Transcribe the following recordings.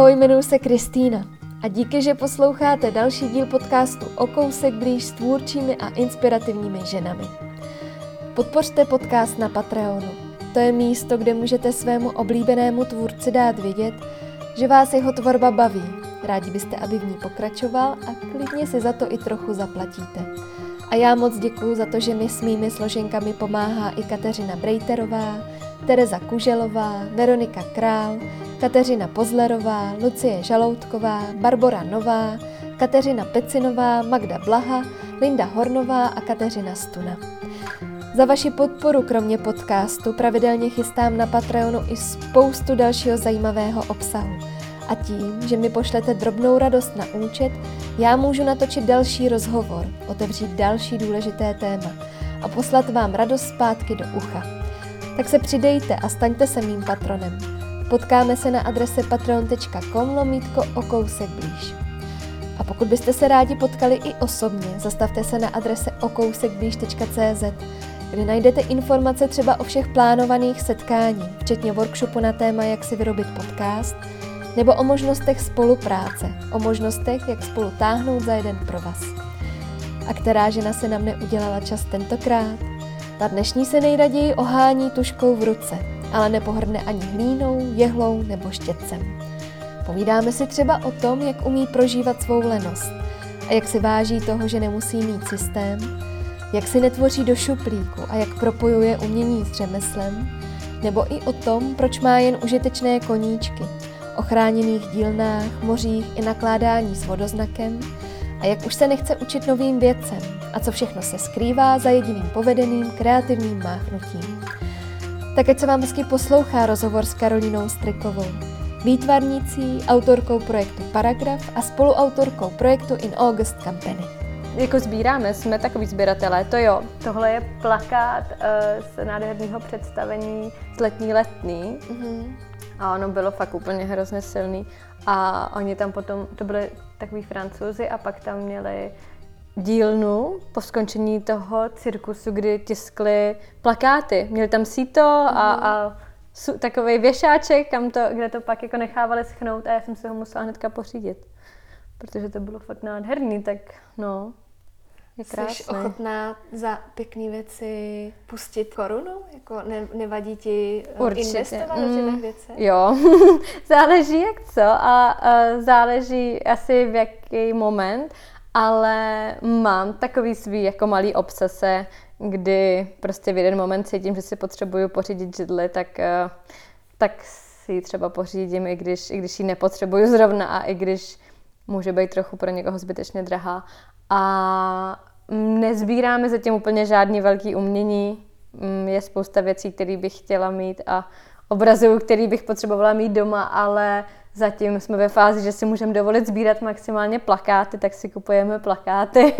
Ahoj, jmenuji se Kristýna a díky, že posloucháte další díl podcastu O kousek blíž s tvůrčími a inspirativními ženami. Podpořte podcast na Patreonu. To je místo, kde můžete svému oblíbenému tvůrci dát vědět, že vás jeho tvorba baví. Rádi byste, aby v ní pokračoval a klidně si za to i trochu zaplatíte. A já moc děkuju za to, že mi s mými složenkami pomáhá i Kateřina Brejterová, Tereza Kuželová, Veronika Král, Kateřina Pozlerová, Lucie Žaloutková, Barbora Nová, Kateřina Pecinová, Magda Blaha, Linda Hornová a Kateřina Stuna. Za vaši podporu kromě podcastu pravidelně chystám na Patreonu i spoustu dalšího zajímavého obsahu. A tím, že mi pošlete drobnou radost na účet, já můžu natočit další rozhovor, otevřít další důležité téma a poslat vám radost zpátky do ucha. Tak se přidejte a staňte se mým patronem. Potkáme se na adrese patreon.com/okousekblíž. A pokud byste se rádi potkali i osobně, zastavte se na adrese okousekblíž.cz, kde najdete informace třeba o všech plánovaných setkání, včetně workshopu na téma, jak si vyrobit podcast, nebo o možnostech spolupráce, o možnostech, jak spolu táhnout za jeden provaz. A která žena se na mne udělala čas tentokrát? Ta dnešní se nejraději ohání tužkou v ruce, ale nepohrdne ani hlínou, jehlou nebo štětcem. Povídáme si třeba o tom, jak umí prožívat svou lenost a jak si váží toho, že nemusí mít systém, jak si netvoří do šuplíku a jak propojuje umění s řemeslem, nebo i o tom, proč má jen užitečné koníčky, o chráněných dílnách, mořích i nakládání s vodoznakem a jak už se nechce učit novým věcem a co všechno se skrývá za jediným povedeným kreativním máchnutím. Tak ať se vám hezky poslouchá rozhovor s Karolínou Strikovou, výtvarnicí, autorkou projektu Paragraf a spoluautorkou projektu In August Company. Jako sbíráme, jsme takový sběratelé, to jo. Tohle je plakát z nádherného představení z letní. Mm-hmm. A ono bylo fakt úplně hrozně silný. A oni tam potom, to byli takový Francouzi a pak tam měli dílnu po skončení toho cirkusu, kdy tiskli plakáty. Měli tam síto a takový věšáček, kde to pak jako nechávali schnout a já jsem si ho musela hnedka pořídit. Protože to bylo fakt nádherný, tak no, je krásný. Jsi ochotná za pěkné věci pustit korunu? Jako nevadí ti investovat do těch věcí? Jo, záleží jak co a záleží asi v jaký moment, ale mám takový svý jako malý obsese, kdy prostě v jeden moment cítím, že si potřebuju pořídit židli, tak si ji třeba pořídím, i když ji nepotřebuju zrovna a i když může být trochu pro někoho zbytečně drahá. A nezbíráme zatím úplně žádný velký umění. Je spousta věcí, které bych chtěla mít a obrazů, který bych potřebovala mít doma, ale zatím jsme ve fázi, že si můžeme dovolit sbírat maximálně plakáty, tak si kupujeme plakáty.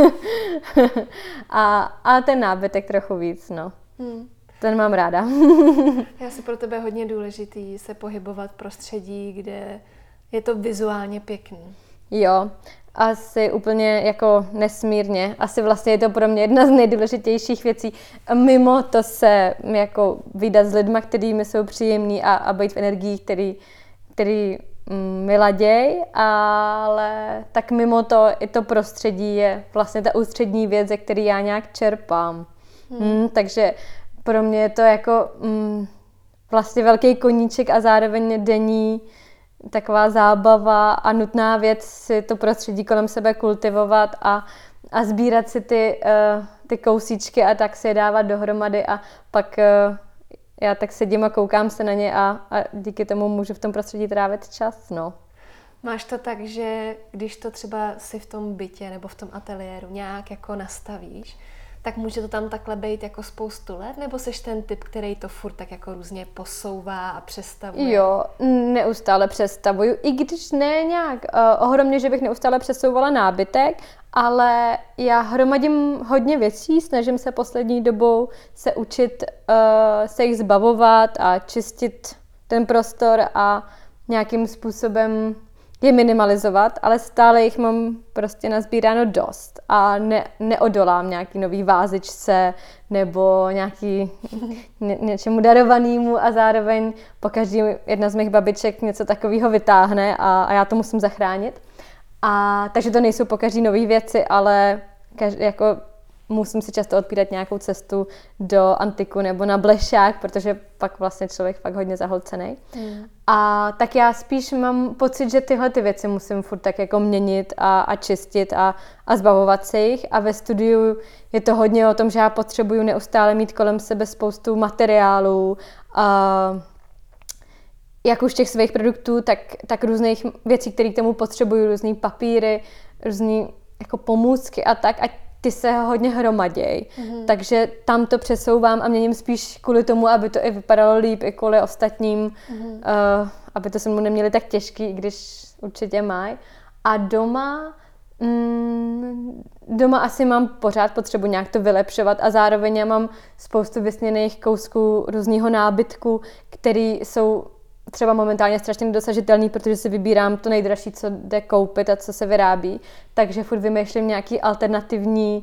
a ten nábytek trochu víc, no. Ten mám ráda. Já si pro tebe hodně důležitý se pohybovat v prostředí, kde je to vizuálně pěkný. Jo, asi úplně jako nesmírně. Asi vlastně je to pro mě jedna z nejdůležitějších věcí. Mimo to se jako vydat s lidma, kterými jsou příjemní a být v energii, který mi laděj, ale tak mimo to i to prostředí je vlastně ta ústřední věc, ze který já nějak čerpám. Takže pro mě je to jako vlastně velký koníček a zároveň denní taková zábava a nutná věc si to prostředí kolem sebe kultivovat a sbírat si ty kousíčky a tak si je dávat dohromady a pak já tak sedím a koukám se na ně a díky tomu můžu v tom prostředí trávit čas, no. Máš to tak, že když to třeba si v tom bytě nebo v tom ateliéru nějak jako nastavíš, tak může to tam takhle být jako spoustu let, nebo seš ten typ, který to furt tak jako různě posouvá a přestavuje? Jo, neustále přestavuju, i když ne nějak ohromně, že bych neustále přesouvala nábytek, ale já hromadím hodně věcí, snažím se poslední dobou se učit se jich zbavovat a čistit ten prostor a nějakým způsobem je minimalizovat, ale stále jich mám prostě nazbíráno dost a neodolám nějaký nový vázičce nebo nějaký něčemu darovanému a zároveň pokaždý jedna z mých babiček něco takového vytáhne a já to musím zachránit. Takže to nejsou pokaždý nové věci, ale jako musím si často odpírat nějakou cestu do antiku nebo na blešák, protože pak vlastně člověk fakt hodně zahlcený. A tak já spíš mám pocit, že tyhle ty věci musím furt tak jako měnit a čistit a zbavovat se jich. A ve studiu je to hodně o tom, že já potřebuju neustále mít kolem sebe spoustu materiálů, jak už těch svých produktů, tak různých věcí, které k tomu potřebuju, různý papíry, různý jako pomůcky a tak. A ty se hodně hromaděj. Takže tam to přesouvám a měním spíš kvůli tomu, aby to i vypadalo líp, i kvůli ostatním, aby to se mnou neměli tak těžký, i když určitě mají. A doma asi mám pořád potřebu nějak to vylepšovat a zároveň já mám spoustu vysněných kousků různého nábytku, který jsou třeba momentálně strašně nedosažitelný, protože si vybírám to nejdražší, co jde koupit a co se vyrábí. Takže furt vymýšlím nějaký alternativní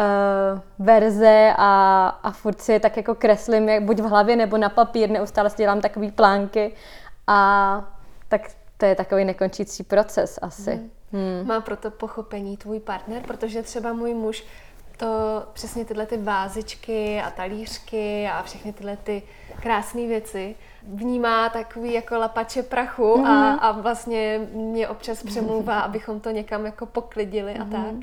verze a furt si je tak jako kreslím, buď v hlavě nebo na papír, neustále si dělám takový plánky a tak to je takový nekončící proces asi. Má proto pochopení tvůj partner, protože třeba můj muž to přesně tyhle ty vázičky a talířky a všechny tyhle ty krásné věci vnímá takový jako lapače prachu a vlastně mě občas přemlouvá, abychom to někam jako poklidili a tak.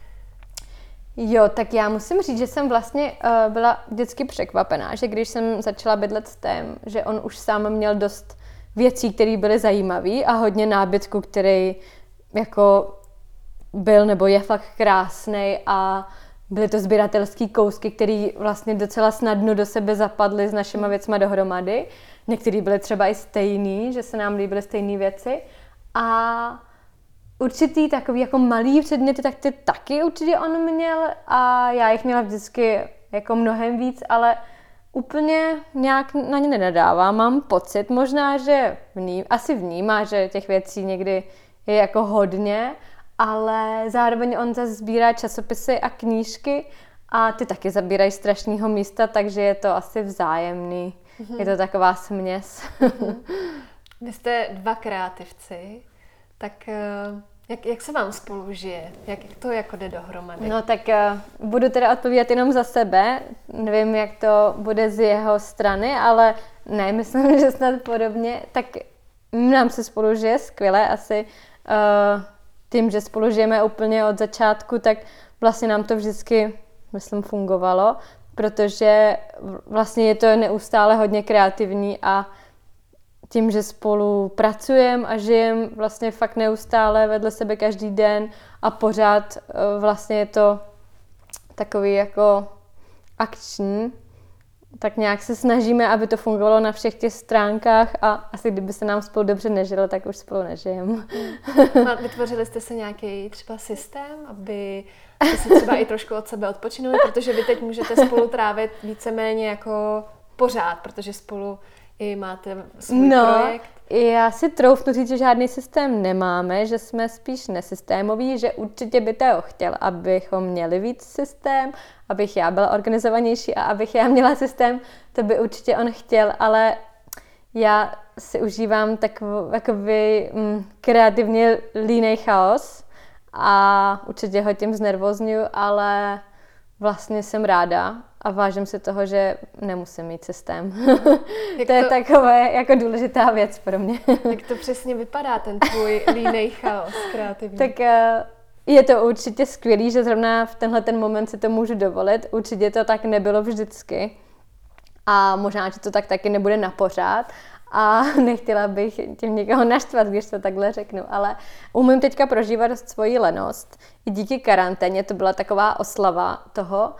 Jo, tak já musím říct, že jsem vlastně byla vždycky překvapená, že když jsem začala bydlet s tím, že on už sám měl dost věcí, které byly zajímavé a hodně nábytku, který jako byl nebo je fakt krásnej a byly to sběratelský kousky, které vlastně docela snadno do sebe zapadly s našima věcma dohromady. Některý byly třeba i stejný, že se nám líbily stejné věci. A určitý takový jako malý předměty, tak ty taky určitě on měl a já jich měla vždycky jako mnohem víc, ale úplně nějak na ně nenadávám. Mám pocit, možná, že asi vnímá, že těch věcí někdy je jako hodně, ale zároveň on zase sbírá časopisy a knížky a ty taky zabírají strašného místa, takže je to asi vzájemný. Je to taková směs. Vy jste dva kreativci, tak jak se vám spolu žije? Jak to jako jde dohromady? No tak budu teda odpovídat jenom za sebe. Nevím, jak to bude z jeho strany, ale ne, myslím, že snad podobně. Tak nám se spolu žije skvěle asi. Tím, že spolu žijeme úplně od začátku, tak vlastně nám to vždycky, myslím, fungovalo, protože vlastně je to neustále hodně kreativní a tím, že spolu pracujeme a žijeme vlastně fakt neustále vedle sebe každý den a pořád vlastně je to takový jako akční, tak nějak se snažíme, aby to fungovalo na všech těch stránkách a asi kdyby se nám spolu dobře nežilo, tak už spolu nežijeme. Vytvořili jste se nějaký třeba systém, aby jste si třeba i trošku od sebe odpočinuli, protože vy teď můžete spolu trávit víceméně jako pořád, protože spolu i máte svůj projekt. Já si troufnu říct, že žádný systém nemáme, že jsme spíš nesystémoví, že určitě by Teo chtěl, abychom měli víc systém, abych já byla organizovanější a abych já měla systém, to by určitě on chtěl, ale já si užívám takový kreativně línej chaos a určitě ho tím znervozňuji, ale vlastně jsem ráda a vážím si toho, že nemusím mít systém. To je takové jako důležitá věc pro mě. Jak to přesně vypadá, ten tvůj línej chaos kreativní? Tak je to určitě skvělý, že zrovna v tenhle ten moment si to můžu dovolit. Určitě to tak nebylo vždycky. A možná, že to tak taky nebude na pořád. A nechtěla bych tím někoho naštvat, když to takhle řeknu, ale umím teďka prožívat svoji lenost. I díky karanténě to byla taková oslava toho.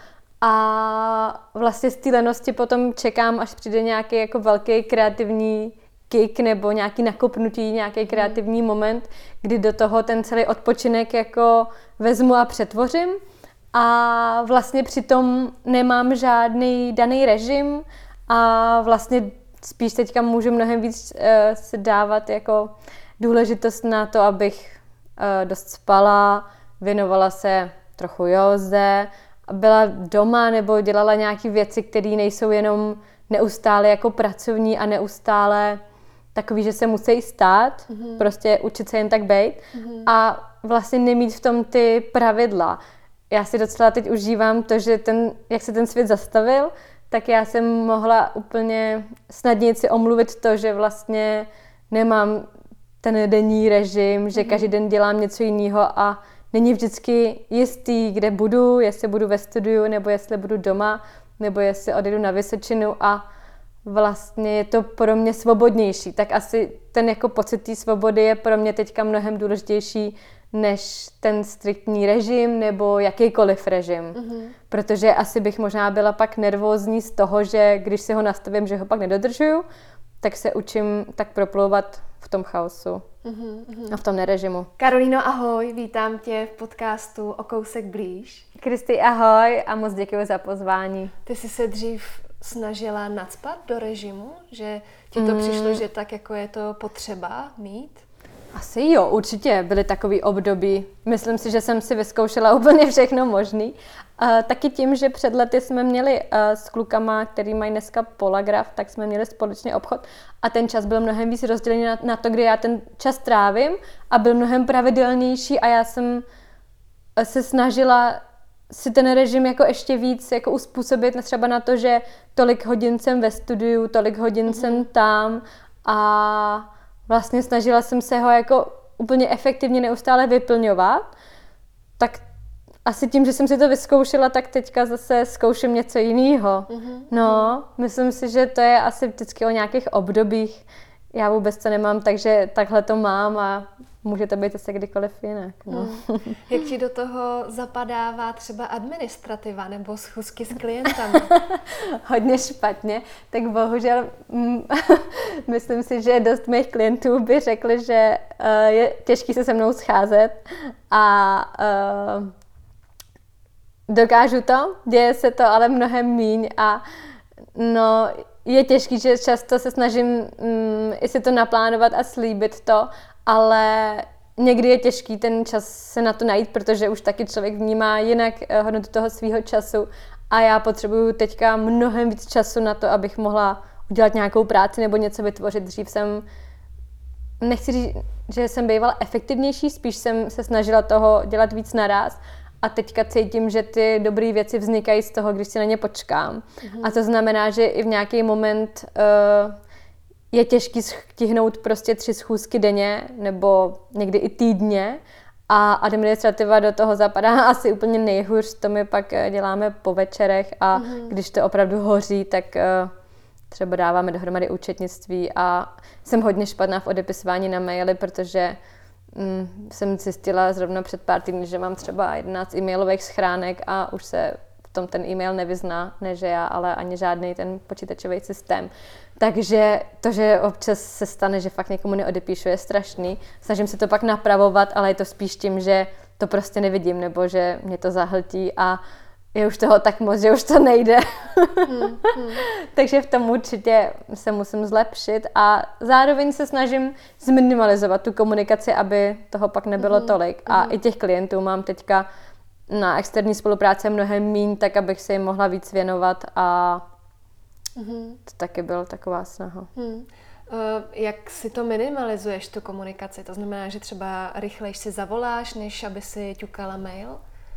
A vlastně z té lenosti potom čekám, až přijde nějaký jako velký kreativní kick nebo nějaký nakopnutí, nějaký kreativní moment, kdy do toho ten celý odpočinek jako vezmu a přetvořím. A vlastně přitom nemám žádný daný režim a vlastně spíš teďka můžu mnohem víc si dávat jako důležitost na to, abych dost spala, věnovala se trochu józe, byla doma nebo dělala nějaké věci, které nejsou jenom neustále jako pracovní a neustále takový, že se musí stát, prostě učit se jen tak bejt a vlastně nemít v tom ty pravidla. Já si docela teď užívám to, že jak se ten svět zastavil, tak já jsem mohla úplně snadněji si omluvit to, že vlastně nemám ten denní režim, že každý den dělám něco jiného a není vždycky jistý, kde budu, jestli budu ve studiu, nebo jestli budu doma, nebo jestli odjedu na Vysočinu a vlastně je to pro mě svobodnější. Tak asi ten jako pocit té svobody je pro mě teďka mnohem důležitější než ten striktní režim nebo jakýkoliv režim. Protože asi bych možná byla pak nervózní z toho, že když si ho nastavím, že ho pak nedodržuju, tak se učím tak proplouvat v tom chaosu a v tom nerežimu. Karolíno, ahoj, vítám tě v podcastu O kousek blíž. Kristi, ahoj a moc děkuji za pozvání. Ty jsi se dřív snažila nacpat do režimu, že ti to přišlo, že tak jako je to potřeba mít? Asi jo, určitě byly takový období. Myslím si, že jsem si vyzkoušela úplně všechno možný. Taky tím, že před lety jsme měli s klukama, který mají dneska Polagraf, tak jsme měli společný obchod a ten čas byl mnohem víc rozdělený na to, kde já ten čas trávím a byl mnohem pravidelnější a já jsem se snažila si ten režim jako ještě víc jako uspůsobit třeba na to, že tolik hodin jsem ve studiu, tolik hodin jsem tam a vlastně snažila jsem se ho jako úplně efektivně neustále vyplňovat, tak asi tím, že jsem si to vyzkoušela, tak teďka zase zkouším něco jiného. No, myslím si, že to je asi vždycky o nějakých obdobích. Já vůbec to nemám, takže takhle to mám a může to být zase kdykoliv jinak. No. Jak ti do toho zapadává třeba administrativa nebo schůzky s klientami? Hodně špatně, tak bohužel myslím si, že dost mých klientů by řekli, že je těžký se mnou scházet a dokážu to, děje se to, ale mnohem míň a no, je těžký, že často se snažím i si to naplánovat a slíbit to, ale někdy je těžký ten čas se na to najít, protože už taky člověk vnímá jinak hodnotu toho svýho času a já potřebuju teďka mnohem víc času na to, abych mohla udělat nějakou práci nebo něco vytvořit. Dřív jsem, nechci říct, že jsem bývala efektivnější, spíš jsem se snažila toho dělat víc naráz. A teďka cítím, že ty dobré věci vznikají z toho, když si na ně počkám. A to znamená, že i v nějaký moment je těžký stihnout prostě 3 schůzky denně nebo někdy i týdně a administrativa do toho zapadá asi úplně nejhůř. To my pak děláme po večerech a když to opravdu hoří, tak třeba dáváme dohromady účetnictví a jsem hodně špatná v odepisování na maily, protože jsem zjistila zrovna před pár týdny, že mám třeba 11 e-mailových schránek a už se v tom ten e-mail nevyzná, ne že já, ale ani žádný ten počítačový systém. Takže to, že občas se stane, že fakt někomu neodepíšu, je strašný. Snažím se to pak napravovat, ale je to spíš tím, že to prostě nevidím, nebo že mě to zahltí a je už toho tak moc, že už to nejde. Takže v tom určitě se musím zlepšit a zároveň se snažím zminimalizovat tu komunikaci, aby toho pak nebylo tolik. A i těch klientů mám teďka na externí spolupráce mnohem míň, tak abych se jim mohla víc věnovat a to taky byla taková snaha. Jak si to minimalizuješ, tu komunikaci? To znamená, že třeba rychleji si zavoláš, než aby si ťukala mail?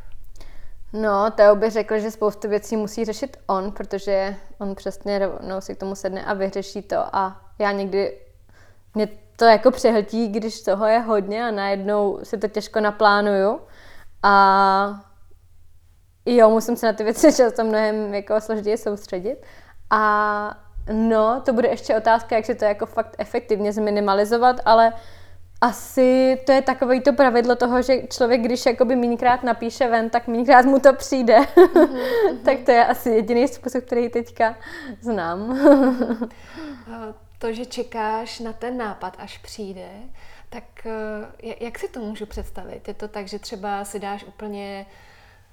No, Teo by řekl, že spoustu věcí musí řešit on, protože on přesně rovnou si k tomu sedne a vyřeší to a já někdy, mě to jako přehltí, když toho je hodně a najednou si to těžko naplánuju a jo, musím se na ty věci často mnohem jako složitěji soustředit a no, to bude ještě otázka, jak si to jako fakt efektivně zminimalizovat, ale asi to je takové to pravidlo toho, že člověk, když jakoby mínkrát napíše ven, tak mínkrát mu to přijde. Tak to je asi jediný způsob, který teďka znám. To, že čekáš na ten nápad, až přijde, tak jak si to můžu představit? Je to tak, že třeba si dáš úplně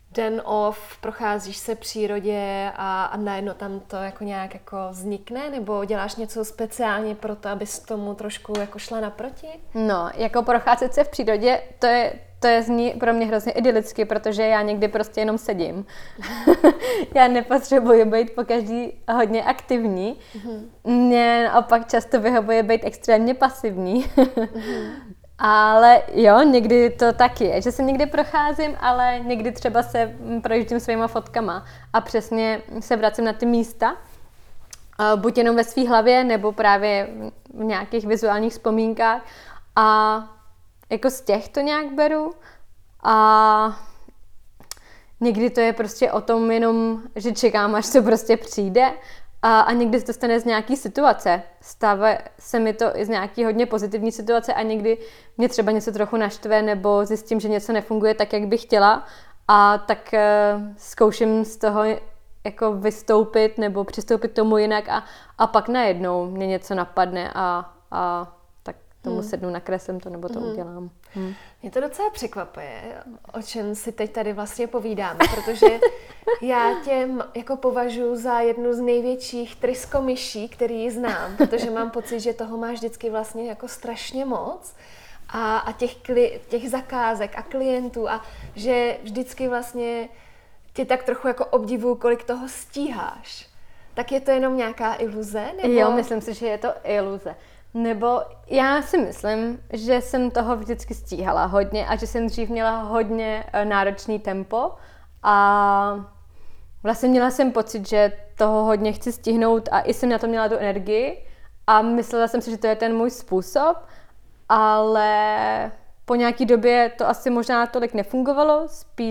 den off, procházíš se přírodě a najednou tam to jako nějak jako vznikne, nebo děláš něco speciálně pro to, abys tomu trošku jako šla naproti? No, jako procházet se v přírodě, to je zní pro mě hrozně idylicky, protože já někdy prostě jenom sedím. Já nepotřebuji být pokaždý hodně aktivní. Mně naopak často vyhovuje být extrémně pasivní. Ale jo, někdy to taky je, že se někdy procházím, ale někdy třeba se projíždím svýma fotkama a přesně se vracím na ty místa, buď jenom ve své hlavě, nebo právě v nějakých vizuálních vzpomínkách a jako z těch to nějak beru a někdy to je prostě o tom jenom, že čekám, až to prostě přijde a někdy se to stane z nějaký situace. Stává se mi to i z nějaký hodně pozitivní situace a někdy mě třeba něco trochu naštve nebo zjistím, že něco nefunguje tak, jak bych chtěla a tak zkouším z toho jako vystoupit nebo přistoupit tomu jinak a pak najednou mě něco napadne a tak tomu sednu, nakreslím to nebo to udělám. Mě to docela překvapuje, o čem si teď tady vlastně povídáme, protože já tě jako považuji za jednu z největších tryskomyší, který znám, protože mám pocit, že toho máš vždycky vlastně jako strašně moc a těch zakázek a klientů a že vždycky vlastně tě tak trochu jako obdivuju, kolik toho stíháš. Tak je to jenom nějaká iluze? Nebo... Jo, myslím si, že je to iluze. Nebo já si myslím, že jsem toho vždycky stíhala hodně a že jsem dřív měla hodně náročný tempo a vlastně měla jsem pocit, že toho hodně chci stihnout a i jsem na to měla tu energii a myslela jsem si, že to je ten můj způsob, ale po nějaký době to asi možná tolik nefungovalo,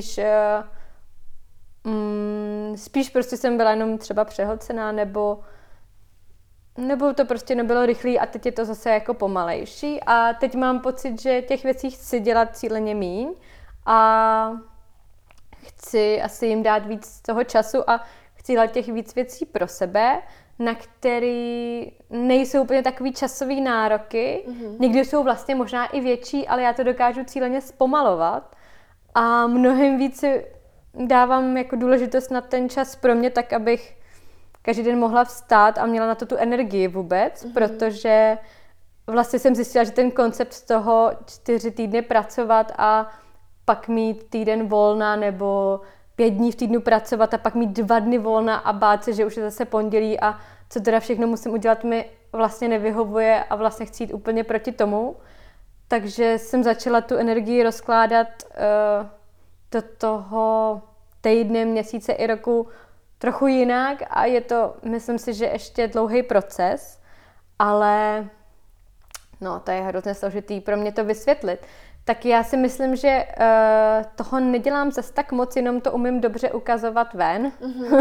spíš prostě jsem byla jenom třeba přehlcená nebo to prostě nebylo rychlý a teď je to zase jako pomalejší a teď mám pocit, že těch věcí chci dělat cíleně míň a chci asi jim dát víc toho času a chci dělat těch víc věcí pro sebe, na který nejsou úplně takový časový nároky. Někdy jsou vlastně možná i větší, ale já to dokážu cíleně zpomalovat a mnohem víc dávám jako důležitost na ten čas pro mě tak, abych každý den mohla vstát a měla na to tu energii vůbec, protože vlastně jsem zjistila, že ten koncept z toho 4 týdny pracovat a pak mít týden volna nebo 5 dní v týdnu pracovat a pak mít 2 dny volna a bát se, že už je zase pondělí a co teda všechno musím udělat, mi vlastně nevyhovuje a vlastně chci jít úplně proti tomu. Takže jsem začala tu energii rozkládat do toho týdne, měsíce i roku trochu jinak a je to, myslím si, že ještě dlouhý proces, ale no, to je hrozně složitý pro mě to vysvětlit. Tak já si myslím, že toho nedělám zas tak moc, jenom to umím dobře ukazovat ven.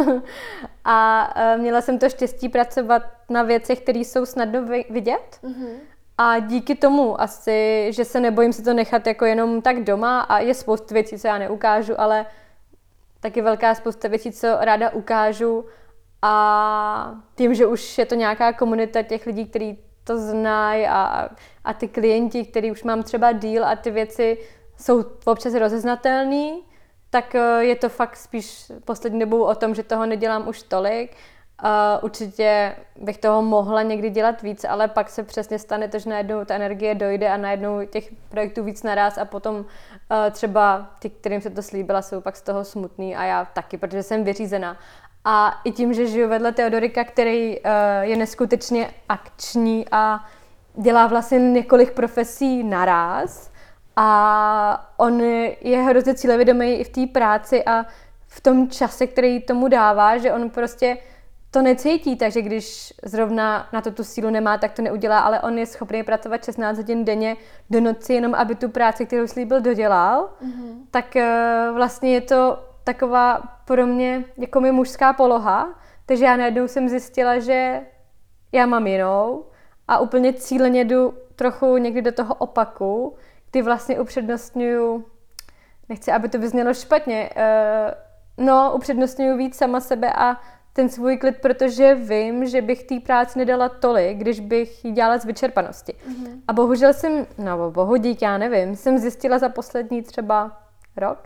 A měla jsem to štěstí pracovat na věcech, které jsou snadno vidět. A díky tomu asi, že se nebojím si to nechat jako jenom tak doma a je spousta věcí, co já neukážu, ale taky velká spousta věcí, co ráda ukážu a tím, že už je to nějaká komunita těch lidí, kteří to znají a ty klienti, který už mám třeba díl a ty věci jsou občas rozeznatelný, tak je to fakt spíš poslední dobou o tom, že toho nedělám už tolik. Určitě bych toho mohla někdy dělat víc, ale pak se přesně stane to, že najednou ta energie dojde a najednou těch projektů víc naraz a potom třeba ty, kterým se to slíbila, jsou pak z toho smutný a já taky, protože jsem vyřízená. A i tím, že žiju vedle Teodorika, který je neskutečně akční a dělá vlastně několik profesí naraz a on je hrozně cílevědomý i v té práci a v tom čase, který tomu dává, že on prostě to necítí, takže když zrovna na to tu sílu nemá, tak to neudělá, ale on je schopný pracovat 16 hodin denně do noci, jenom aby tu práci, kterou slíbil, dodělal. Tak vlastně je to taková pro mě jako mi mužská poloha, takže já najednou jsem zjistila, že já mám jinou a úplně cíleně jdu trochu někdy do toho opaku, kdy vlastně upřednostňuju, nechci, aby to vyznělo špatně, upřednostňuju víc sama sebe a ten svůj klid, protože vím, že bych té práci nedala tolik, když bych ji dělala z vyčerpanosti. A bohužel jsem, dík, já nevím, jsem zjistila za poslední třeba rok,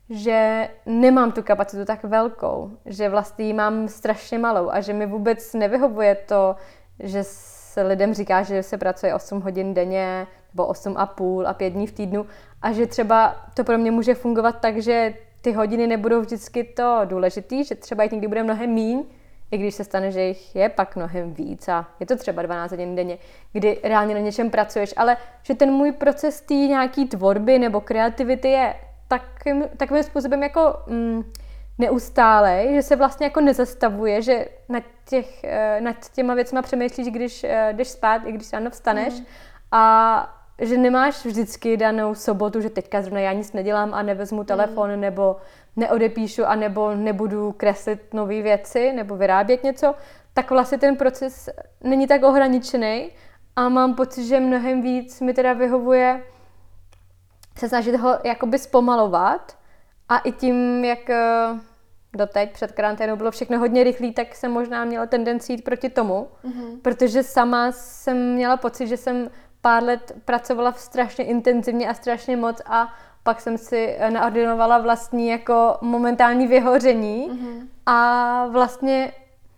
že nemám tu kapacitu tak velkou, že vlastně ji mám strašně malou a že mi vůbec nevyhovuje to, že se lidem říká, že se pracuje 8 hodin denně nebo 8,5 a 5 dní v týdnu a že třeba to pro mě může fungovat tak, že ty hodiny nebudou vždycky to důležitý, že třeba jich někdy bude mnohem míň, i když se stane, že jich je pak mnohem víc a je to třeba 12 hodin denně, kdy reálně na něčem pracuješ, ale že ten můj proces té nějaký tvorby nebo kreativity je takovým způsobem jako neustálej, že se vlastně jako nezastavuje, že nad těma věcma přemýšlíš, když jdeš spát, i když ráno vstaneš a že nemáš vždycky danou sobotu, že teďka zrovna já nic nedělám a nevezmu telefon nebo neodepíšu a nebo nebudu kreslit nové věci nebo vyrábět něco, tak vlastně ten proces není tak ohraničený a mám pocit, že mnohem víc mi teda vyhovuje se snažit ho jakoby zpomalovat a i tím, jak doteď před karanténou bylo všechno hodně rychlý, tak jsem možná měla tendenci jít proti tomu, protože sama jsem měla pocit, že jsem pár let pracovala strašně intenzivně a strašně moc a pak jsem si naordinovala vlastní jako momentální vyhoření a vlastně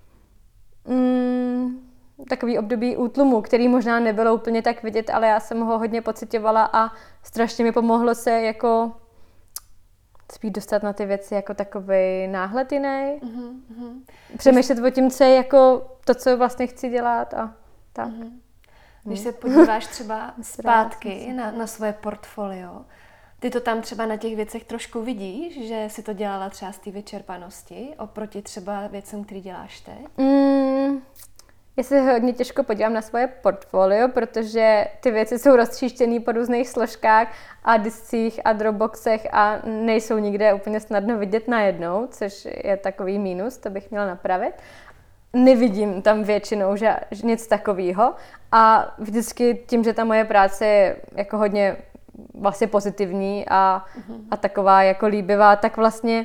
takový období útlumu, který možná nebylo úplně tak vidět, ale já jsem ho hodně pocitovala a strašně mi pomohlo se jako spíš dostat na ty věci jako takovej náhled jiný. Přemýšlet o tím, co je jako to, co vlastně chci dělat a tak. Když se podíváš třeba zpátky na svoje portfolio, ty to tam třeba na těch věcech trošku vidíš, že si to dělala třeba z té vyčerpanosti oproti třeba věcem, který děláš teď? Já se hodně těžko podívám na svoje portfolio, protože ty věci jsou roztříštěné po různých složkách a discích a dropboxech a nejsou nikde úplně snadno vidět najednou, což je takový mínus, to bych měla napravit. Nevidím tam většinou že nic takového a vždycky tím, že ta moje práce je jako hodně vlastně pozitivní a taková jako líbivá, tak vlastně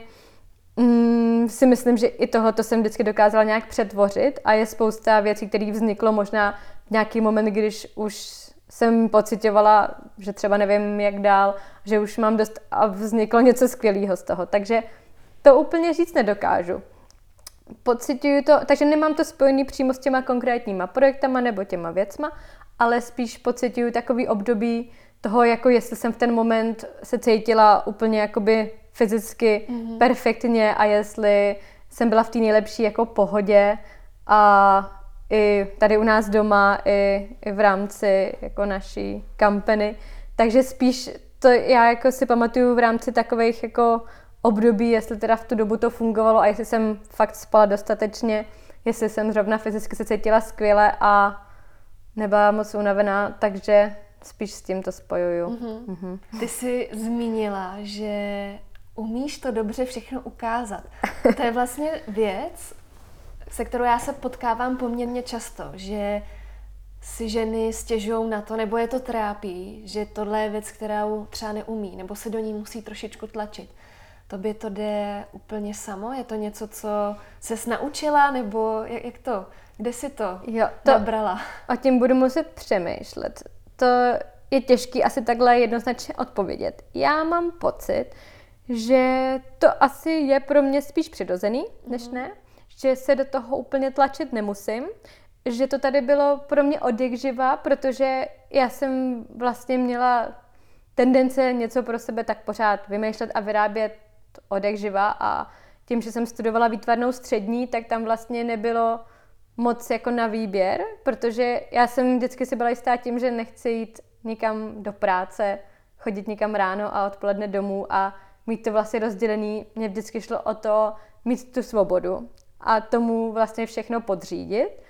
si myslím, že i tohleto jsem vždycky dokázala nějak přetvořit a je spousta věcí, které vzniklo možná v nějaký moment, když už jsem pocitovala, že třeba nevím jak dál, že už mám dost a vzniklo něco skvělého z toho, takže to úplně říct nedokážu. Pocituju to, takže nemám to spojený přímo s těma konkrétníma projektama nebo těma věcma, ale spíš pocituju takový období toho, jako jestli jsem v ten moment se cítila úplně jakoby fyzicky perfektně a jestli jsem byla v té nejlepší jako pohodě a i tady u nás doma, i v rámci jako naší kampany. Takže spíš to já jako si pamatuju v rámci takových jako období, jestli teda v tu dobu to fungovalo a jestli jsem fakt spala dostatečně, jestli jsem zrovna fyzicky se cítila skvěle a nebyla moc unavená, takže spíš s tím to spojuju. Ty jsi zmínila, že umíš to dobře všechno ukázat. To je vlastně věc, se kterou já se potkávám poměrně často, že si ženy stěžují na to, nebo je to trápí, že tohle je věc, kterou třeba neumí, nebo se do ní musí trošičku tlačit. Tobě to jde úplně samo? Je to něco, co ses naučila, nebo jak to? Kde jsi to nabrala? O tím budu muset přemýšlet. To je těžký asi takhle jednoznačně odpovědět. Já mám pocit, že to asi je pro mě spíš přirozený, než ne. Že se do toho úplně tlačit nemusím. Že to tady bylo pro mě odjakživa, protože já jsem vlastně měla tendence něco pro sebe tak pořád vymýšlet a vyrábět odjakživa a tím, že jsem studovala výtvarnou střední, tak tam vlastně nebylo moc jako na výběr, protože já jsem vždycky si byla jistá tím, že nechci jít nikam do práce, chodit nikam ráno a odpoledne domů a mít to vlastně rozdělený. Mně vždycky šlo o to mít tu svobodu a tomu vlastně všechno podřídit.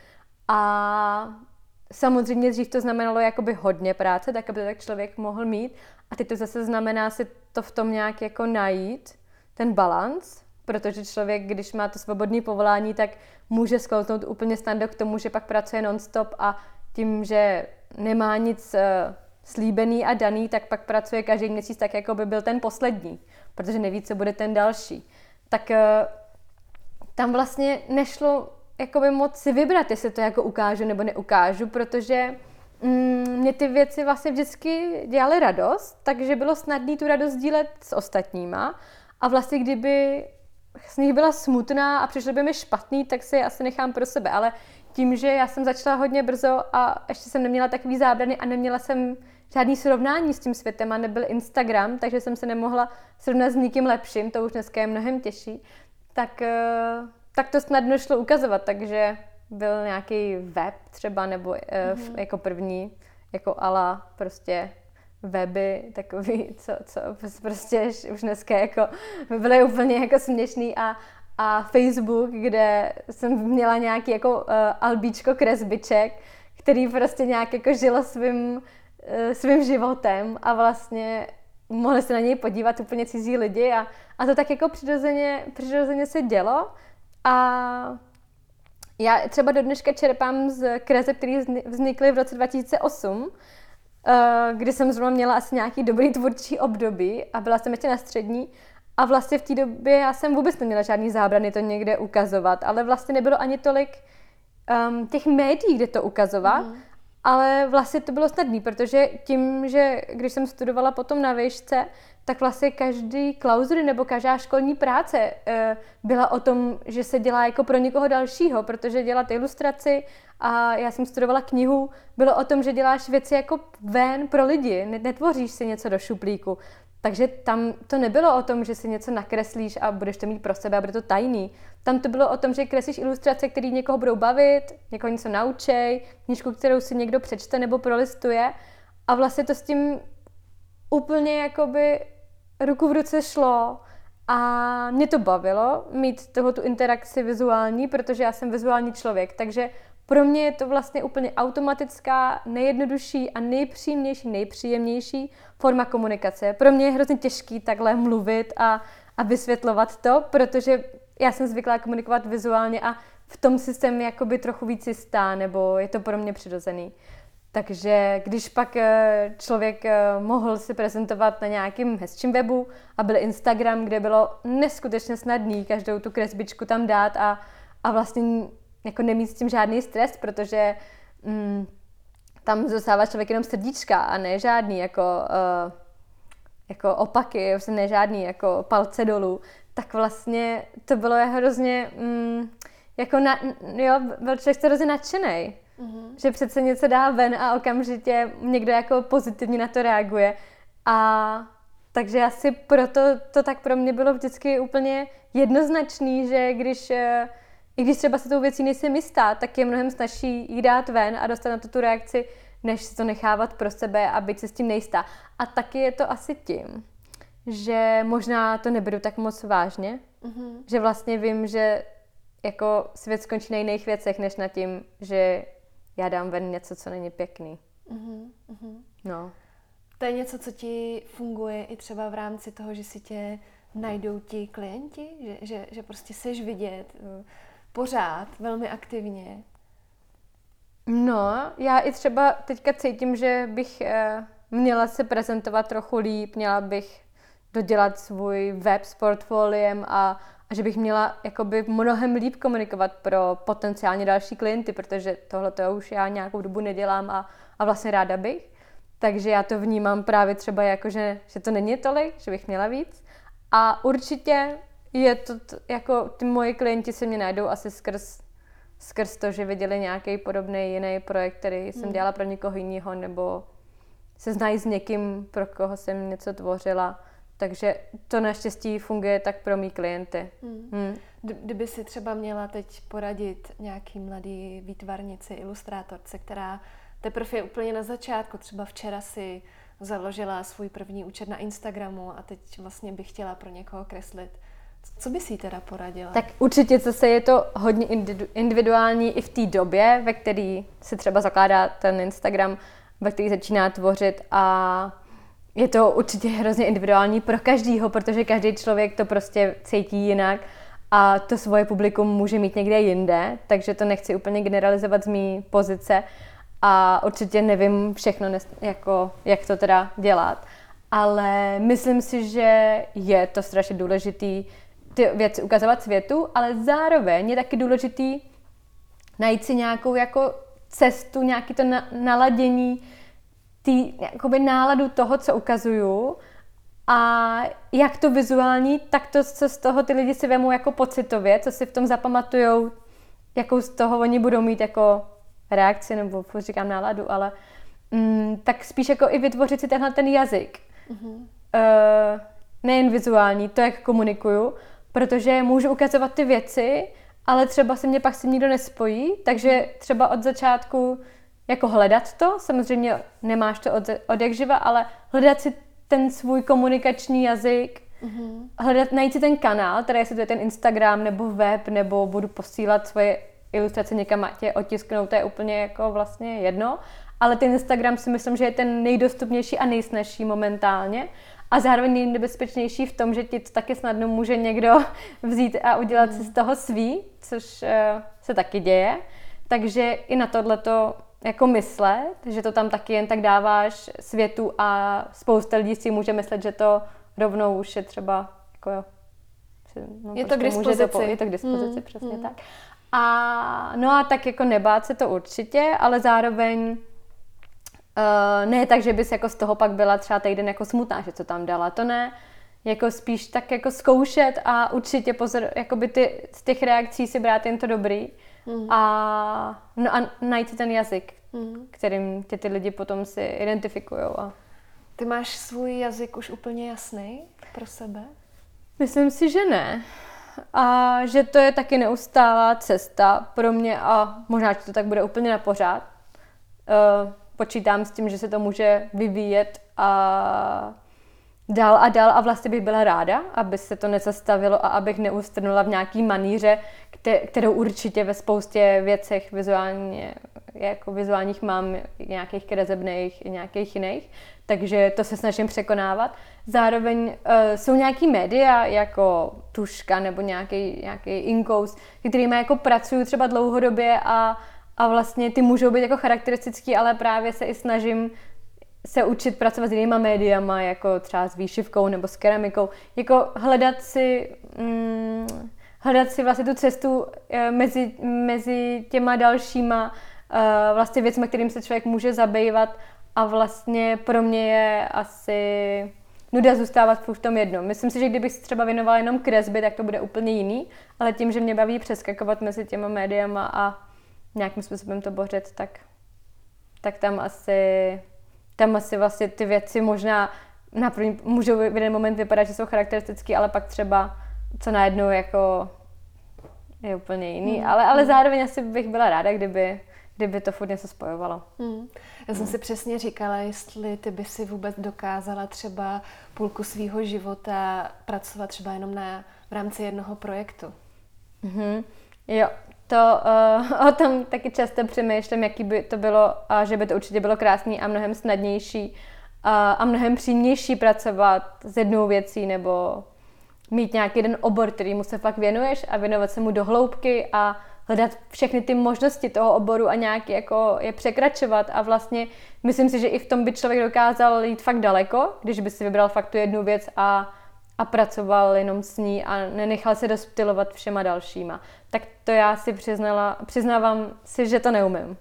A samozřejmě dřív to znamenalo jakoby hodně práce, tak aby to tak člověk mohl mít. A teď to zase znamená si to v tom nějak jako najít, ten balans, protože člověk, když má to svobodné povolání, tak může sklouznout úplně snadno k tomu, že pak pracuje non-stop a tím, že nemá nic slíbený a daný, tak pak pracuje každý měsíc tak, jako by byl ten poslední, protože neví, co bude ten další. Tak tam vlastně nešlo jakoby moc si vybrat, jestli to jako ukážu nebo neukážu, protože mě ty věci vlastně vždycky dělaly radost, takže bylo snadné tu radost sdílet s ostatníma a vlastně kdyby z nich byla smutná a přišlo by mi špatný, tak si je asi nechám pro sebe, ale tím, že já jsem začala hodně brzo a ještě jsem neměla takový zábrany a neměla jsem žádný srovnání s tím světem a nebyl Instagram, takže jsem se nemohla srovnat s nikým lepším, to už dneska je mnohem těžší, tak to snadno šlo ukazovat, takže byl nějaký web třeba, nebo jako první, jako ala prostě weby, takový, co prostě už dneska jako byly úplně jako směšný a Facebook, kde jsem měla nějaký jako albíčko kresbiček, který prostě nějak jako žilo svým životem a vlastně mohli se na něj podívat úplně cizí lidi a to tak jako přirozeně se dělo a já třeba do dneška čerpám z kreseb, které vznikly v roce 2008, kdy jsem zrovna měla asi nějaký dobrý tvůrčí období a byla jsem ještě na střední a vlastně v té době já jsem vůbec neměla žádný zábrany to někde ukazovat, ale vlastně nebylo ani tolik těch médií, kde to ukazovat, ale vlastně to bylo snadné, protože tím, že když jsem studovala potom na výšce, tak vlastně každý klauzury nebo každá školní práce byla o tom, že se dělá jako pro někoho dalšího, protože dělat ilustraci a já jsem studovala knihu, bylo o tom, že děláš věci jako ven pro lidi, netvoříš si něco do šuplíku. Takže tam to nebylo o tom, že si něco nakreslíš a budeš to mít pro sebe a bude to tajný. Tam to bylo o tom, že kreslíš ilustrace, které někoho budou bavit, někoho něco naučej, knížku, kterou si někdo přečte nebo prolistuje a vlastně to s tím úplně jakoby ruku v ruce šlo a mě to bavilo mít tu interakci vizuální, protože já jsem vizuální člověk, takže pro mě je to vlastně úplně automatická, nejjednodušší a nejpříjemnější, nejpříjemnější forma komunikace. Pro mě je hrozně těžký takhle mluvit a vysvětlovat to, protože já jsem zvyklá komunikovat vizuálně a v tom si jsem jakoby trochu víc jistá, nebo je to pro mě přirozený. Takže když pak člověk mohl si prezentovat na nějakým hezčím webu a byl Instagram, kde bylo neskutečně snadný každou tu kresbičku tam dát a vlastně jako nemít s tím žádný stres, protože tam zůstává člověk jenom srdíčka a ne žádný jako opaky, vlastně ne žádný jako palce dolů, tak vlastně to bylo hrozně byl člověk hrozně nadšenej. Že přece něco dá ven a okamžitě někdo jako pozitivně na to reaguje. A takže asi proto to tak pro mě bylo vždycky úplně jednoznačný, že i když třeba se tou věcí nejsem jistá, tak je mnohem snazší jí dát ven a dostat na to tu reakci, než si to nechávat pro sebe a být se s tím nejistá. A taky je to asi tím, že možná to neberu tak moc vážně, že vlastně vím, že jako svět skončí na jiných věcech, než na tím, že já dám ven něco, co není pěkný. No. To je něco, co ti funguje i třeba v rámci toho, že si tě najdou ti klienti, že prostě seš vidět pořád, velmi aktivně. No, já i třeba teďka cítím, že bych měla se prezentovat trochu líp, měla bych dodělat svůj web s portfoliem a že bych měla jakoby mnohem líp komunikovat pro potenciálně další klienty, protože tohle to už já nějakou dobu nedělám a vlastně ráda bych. Takže já to vnímám právě třeba jako, že to není tolik, že bych měla víc. A určitě je to jako ty moji klienti se mě najdou asi skrz to, že viděli nějaký podobný jiný projekt, který jsem dělala pro někoho jiného, nebo se znají s někým, pro koho jsem něco tvořila. Takže to naštěstí funguje tak pro mý klienty. Kdyby si třeba měla teď poradit nějaký mladý výtvarnici, ilustrátorce, která teprve je úplně na začátku, třeba včera si založila svůj první účet na Instagramu a teď vlastně by chtěla pro někoho kreslit. Co by si teda poradila? Tak určitě zase je to hodně individuální i v té době, ve které se třeba zakládá ten Instagram, ve který začíná tvořit a je to určitě hrozně individuální pro každýho, protože každý člověk to prostě cítí jinak a to svoje publikum může mít někde jinde, takže to nechci úplně generalizovat z mý pozice a určitě nevím všechno, jak to teda dělat, ale myslím si, že je to strašně důležitý ty věci ukazovat světu, ale zároveň je taky důležitý najít si nějakou jako cestu, nějaký to naladění, jakoby náladu toho, co ukazuju A jak to vizuální, tak to, co z toho ty lidi si vemou jako pocitově, co si v tom zapamatujou, jakou z toho oni budou mít jako reakci, nebo říkám náladu, ale tak spíš jako i vytvořit si tenhle ten jazyk. Nejen vizuální, to, jak komunikuju, protože můžu ukazovat ty věci, ale třeba se mě pak s tím nikdo nespojí, takže třeba od začátku jako hledat to, samozřejmě nemáš to od jak živa, ale hledat si ten svůj komunikační jazyk, najít si ten kanál, teda jestli to je ten Instagram nebo web, nebo budu posílat svoje ilustrace někam a tě otisknout, to je úplně jako vlastně jedno, ale ten Instagram si myslím, že je ten nejdostupnější a nejsnažší momentálně a zároveň nejnebezpečnější v tom, že ti to taky snadno může někdo vzít a udělat si z toho svý, což se taky děje, takže i na tohleto jako myslet, že to tam taky jen tak dáváš světu a spousta lidí si může myslet, že to rovnou už je třeba jako je to k dispozici. Je to k dispozici, přesně tak. A tak jako nebát se to určitě, ale zároveň ne tak, že bys jako z toho pak byla třeba týden jako smutná, že co tam dala, to ne. Jako spíš tak jako zkoušet a určitě pozor, jakoby z těch reakcí si brát jen to dobrý a najít si ten jazyk, kterým ty lidi potom si identifikujou. Ty máš svůj jazyk už úplně jasný pro sebe? Myslím si, že ne. A že to je taky neustálá cesta pro mě a možná, že to tak bude úplně na pořád. Počítám s tím, že se to může vyvíjet a dál a vlastně bych byla ráda, aby se to nezastavilo a abych neustrnula v nějaký maníře, kterou určitě ve spoustě věcech vizuálních mám nějakých kresebných i nějakých jiných, takže to se snažím překonávat. Zároveň jsou nějaký média jako Tuška nebo nějaký Inkous, kterými jako pracuju třeba dlouhodobě a vlastně ty můžou být jako charakteristický, ale právě se i snažím se učit pracovat s jinýma médiama, jako třeba s výšivkou nebo s keramikou, jako hledat si vlastně tu cestu mezi těma dalšíma vlastně věcmi, kterým se člověk může zabývat a vlastně pro mě je asi nuda zůstávat v tom jednom. Myslím si, že kdybych se třeba věnovala jenom kresbě, tak to bude úplně jiný, ale tím, že mě baví přeskakovat mezi těma médiama a nějakým způsobem to bořit, tak tam asi vlastně ty věci možná na první můžou v jeden moment vypadat, že jsou charakteristické, ale pak třeba co najednou jako je úplně jiný. Ale zároveň asi bych byla ráda, kdyby to furt něco spojovalo. Já jsem si přesně říkala, jestli ty by si vůbec dokázala třeba půlku svýho života pracovat třeba jenom v rámci jednoho projektu. Jo, o tom taky často přemýšlím, jaký by to bylo a že by to určitě bylo krásný a mnohem snadnější a mnohem příjemnější pracovat s jednou věcí nebo mít nějaký jeden obor, kterýmu se fakt věnuješ a věnovat se mu do hloubky a hledat všechny ty možnosti toho oboru a nějak jako je překračovat a vlastně myslím si, že i v tom by člověk dokázal jít fakt daleko, když by si vybral fakt tu jednu věc a pracoval jenom s ní a nenechal se rozptylovat všema dalšíma. Tak to já si přiznávám si, že to neumím.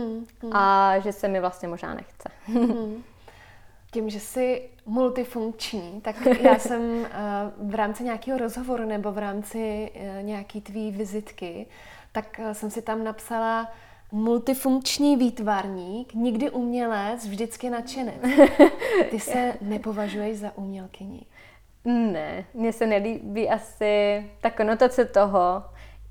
A že se mi vlastně možná nechce. Tím, že jsi multifunkční, tak já jsem v rámci nějakého rozhovoru nebo v rámci nějaký tvý vizitky, tak jsem si tam napsala multifunkční výtvarník, nikdy umělec, vždycky nadšenec. Ty se nepovažuješ za umělkyni? Ne, mně se nelíbí asi ta konotace toho.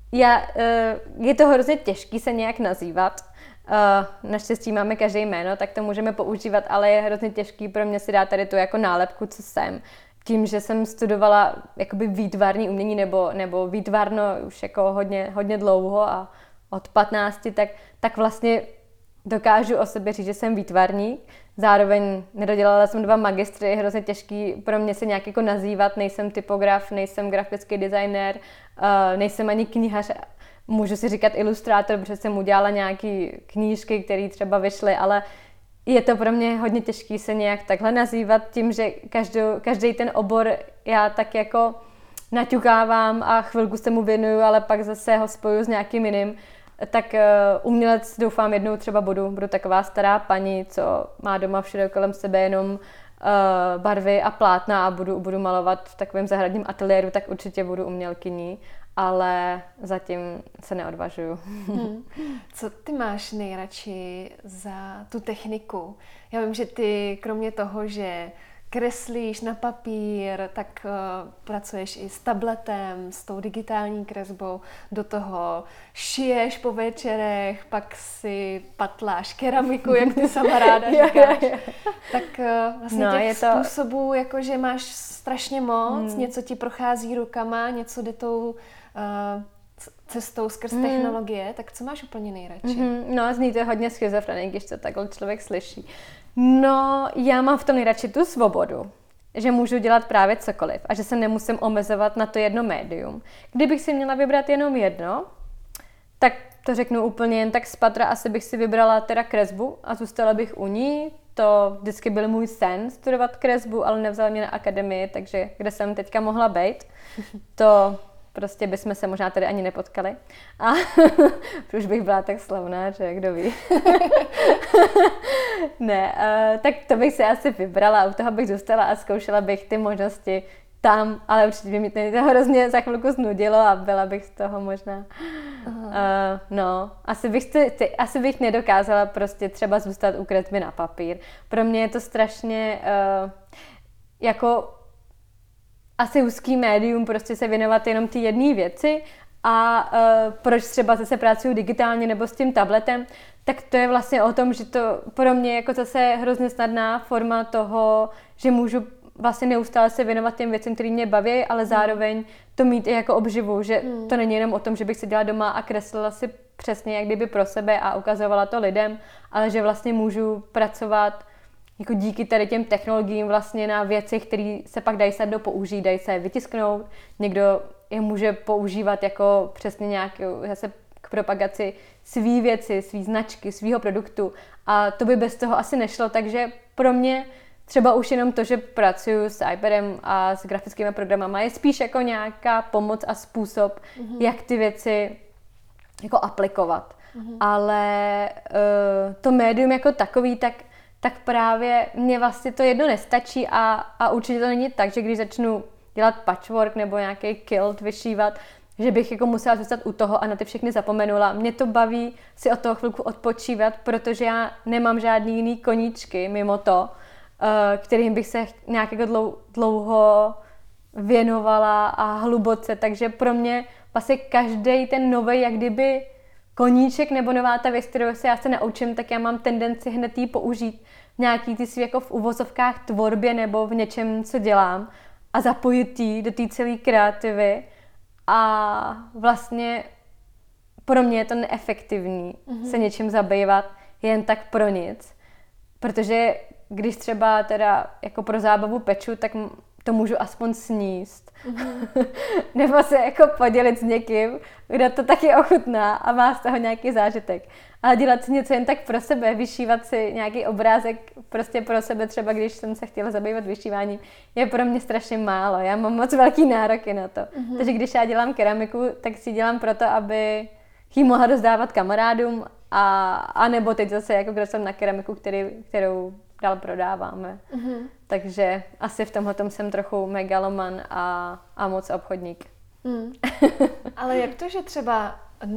Je to hrozně těžký se nějak nazývat. Naštěstí máme každé jméno, tak to můžeme používat, ale je hrozně těžký pro mě si dát tady tu jako nálepku, co jsem. Tím, že jsem studovala jakoby výtvarní umění nebo výtvarno už jako hodně dlouho a od 15, tak vlastně dokážu o sobě říct, že jsem výtvarník. Zároveň nedodělala jsem 2 magistry, je hrozně těžký pro mě se nějak jako nazývat, nejsem typograf, nejsem grafický designér, nejsem ani knihař. Můžu si říkat ilustrátor, protože jsem udělala nějaký knížky, které třeba vyšly, ale je to pro mě hodně těžké se nějak takhle nazývat tím, že každý ten obor já tak jako naťukávám a chvilku se mu věnuju, ale pak zase ho spojuju s nějakým jiným. Tak umělec doufám jednou třeba budu taková stará paní, co má doma všude kolem sebe jenom barvy a plátna a budu malovat v takovém zahradním ateliéru, tak určitě budu umělkyní, ale zatím se neodvažuju. Co ty máš nejradši za tu techniku? Já vím, že ty kromě toho, že kreslíš na papír, tak pracuješ i s tabletem, s tou digitální kresbou, do toho šiješ po večerech, pak si patláš keramiku, jak ty sama ráda říkáš. Tak vlastně těch způsobů, jakože máš strašně moc, něco ti prochází rukama, něco jde tou cestou skrz technologie, tak co máš úplně nejradši? No, zní to hodně schizofrenik, když to takhle člověk slyší. No, já mám v tom nejradši tu svobodu, že můžu dělat právě cokoliv a že se nemusím omezovat na to jedno médium. Kdybych si měla vybrat jenom jedno, tak to řeknu úplně jen tak z patra, asi bych si vybrala teda kresbu a zůstala bych u ní. To vždycky byl můj sen studovat kresbu, ale nevzala mě na akademii, takže kde jsem teďka mohla být, to prostě bychom se možná tady ani nepotkali. A už bych byla tak slavná, že kdo ví. Ne, tak to bych si asi vybrala, u toho bych zůstala a zkoušela bych ty možnosti tam, ale určitě by mi to hrozně za chvilku znudilo a byla bych z toho možná. No, asi bych nedokázala prostě třeba zůstat u kresby na papír. Pro mě je to strašně jako asi úzký médium, prostě se věnovat jenom ty jedné věci a proč třeba zase pracuju digitálně nebo s tím tabletem, tak to je vlastně o tom, že to pro mě jako zase hrozně snadná forma toho, že můžu vlastně neustále se věnovat těm věcem, které mě baví, ale zároveň to mít i jako obživu, že to není jenom o tom, že bych seděla doma a kreslila si přesně jak kdyby pro sebe a ukazovala to lidem, ale že vlastně můžu pracovat jako díky tady těm technologiím vlastně na věcech, které se pak dají snadno použít, dají se vytisknout, někdo je může používat jako přesně nějakou zase k propagaci svý věci, svý značky, svýho produktu a to by bez toho asi nešlo, takže pro mě třeba už jenom to, že pracuji s iPadem a s grafickými programama je spíš jako nějaká pomoc a způsob, jak ty věci jako aplikovat. Ale to médium jako takový, tak právě mně vlastně to jedno nestačí a určitě to není tak, že když začnu dělat patchwork nebo nějaký kilt, vyšívat, že bych jako musela zůstat u toho a na ty všechny zapomenula. Mě to baví si od toho chvilku odpočívat, protože já nemám žádný jiný koníčky mimo to, kterým bych se nějak jako dlouho věnovala a hluboce. Takže pro mě vlastně každý ten nový jak kdyby koníček nebo nová ta věc, kterou se já se naučím, tak já mám tendenci hned jí použít v nějaký ty svý jako v uvozovkách tvorbě nebo v něčem, co dělám a zapojit jí do té celé kreativy a vlastně pro mě je to neefektivní se něčím zabývat jen tak pro nic, protože když třeba teda jako pro zábavu peču, tak to můžu aspoň sníst. Nebo se jako podělit s někým, kdo to taky ochutná a má z toho nějaký zážitek. Ale dělat si něco jen tak pro sebe, vyšívat si nějaký obrázek prostě pro sebe, třeba když jsem se chtěla zabývat vyšíváním, je pro mě strašně málo. Já mám moc velký nároky na to. Takže když já dělám keramiku, tak si dělám proto, aby ji mohla rozdávat kamarádům a nebo teď zase jako kreslím na keramiku, kterou dál prodáváme. Takže asi v tomhletom jsem trochu megaloman a moc obchodník. Ale jak to, že třeba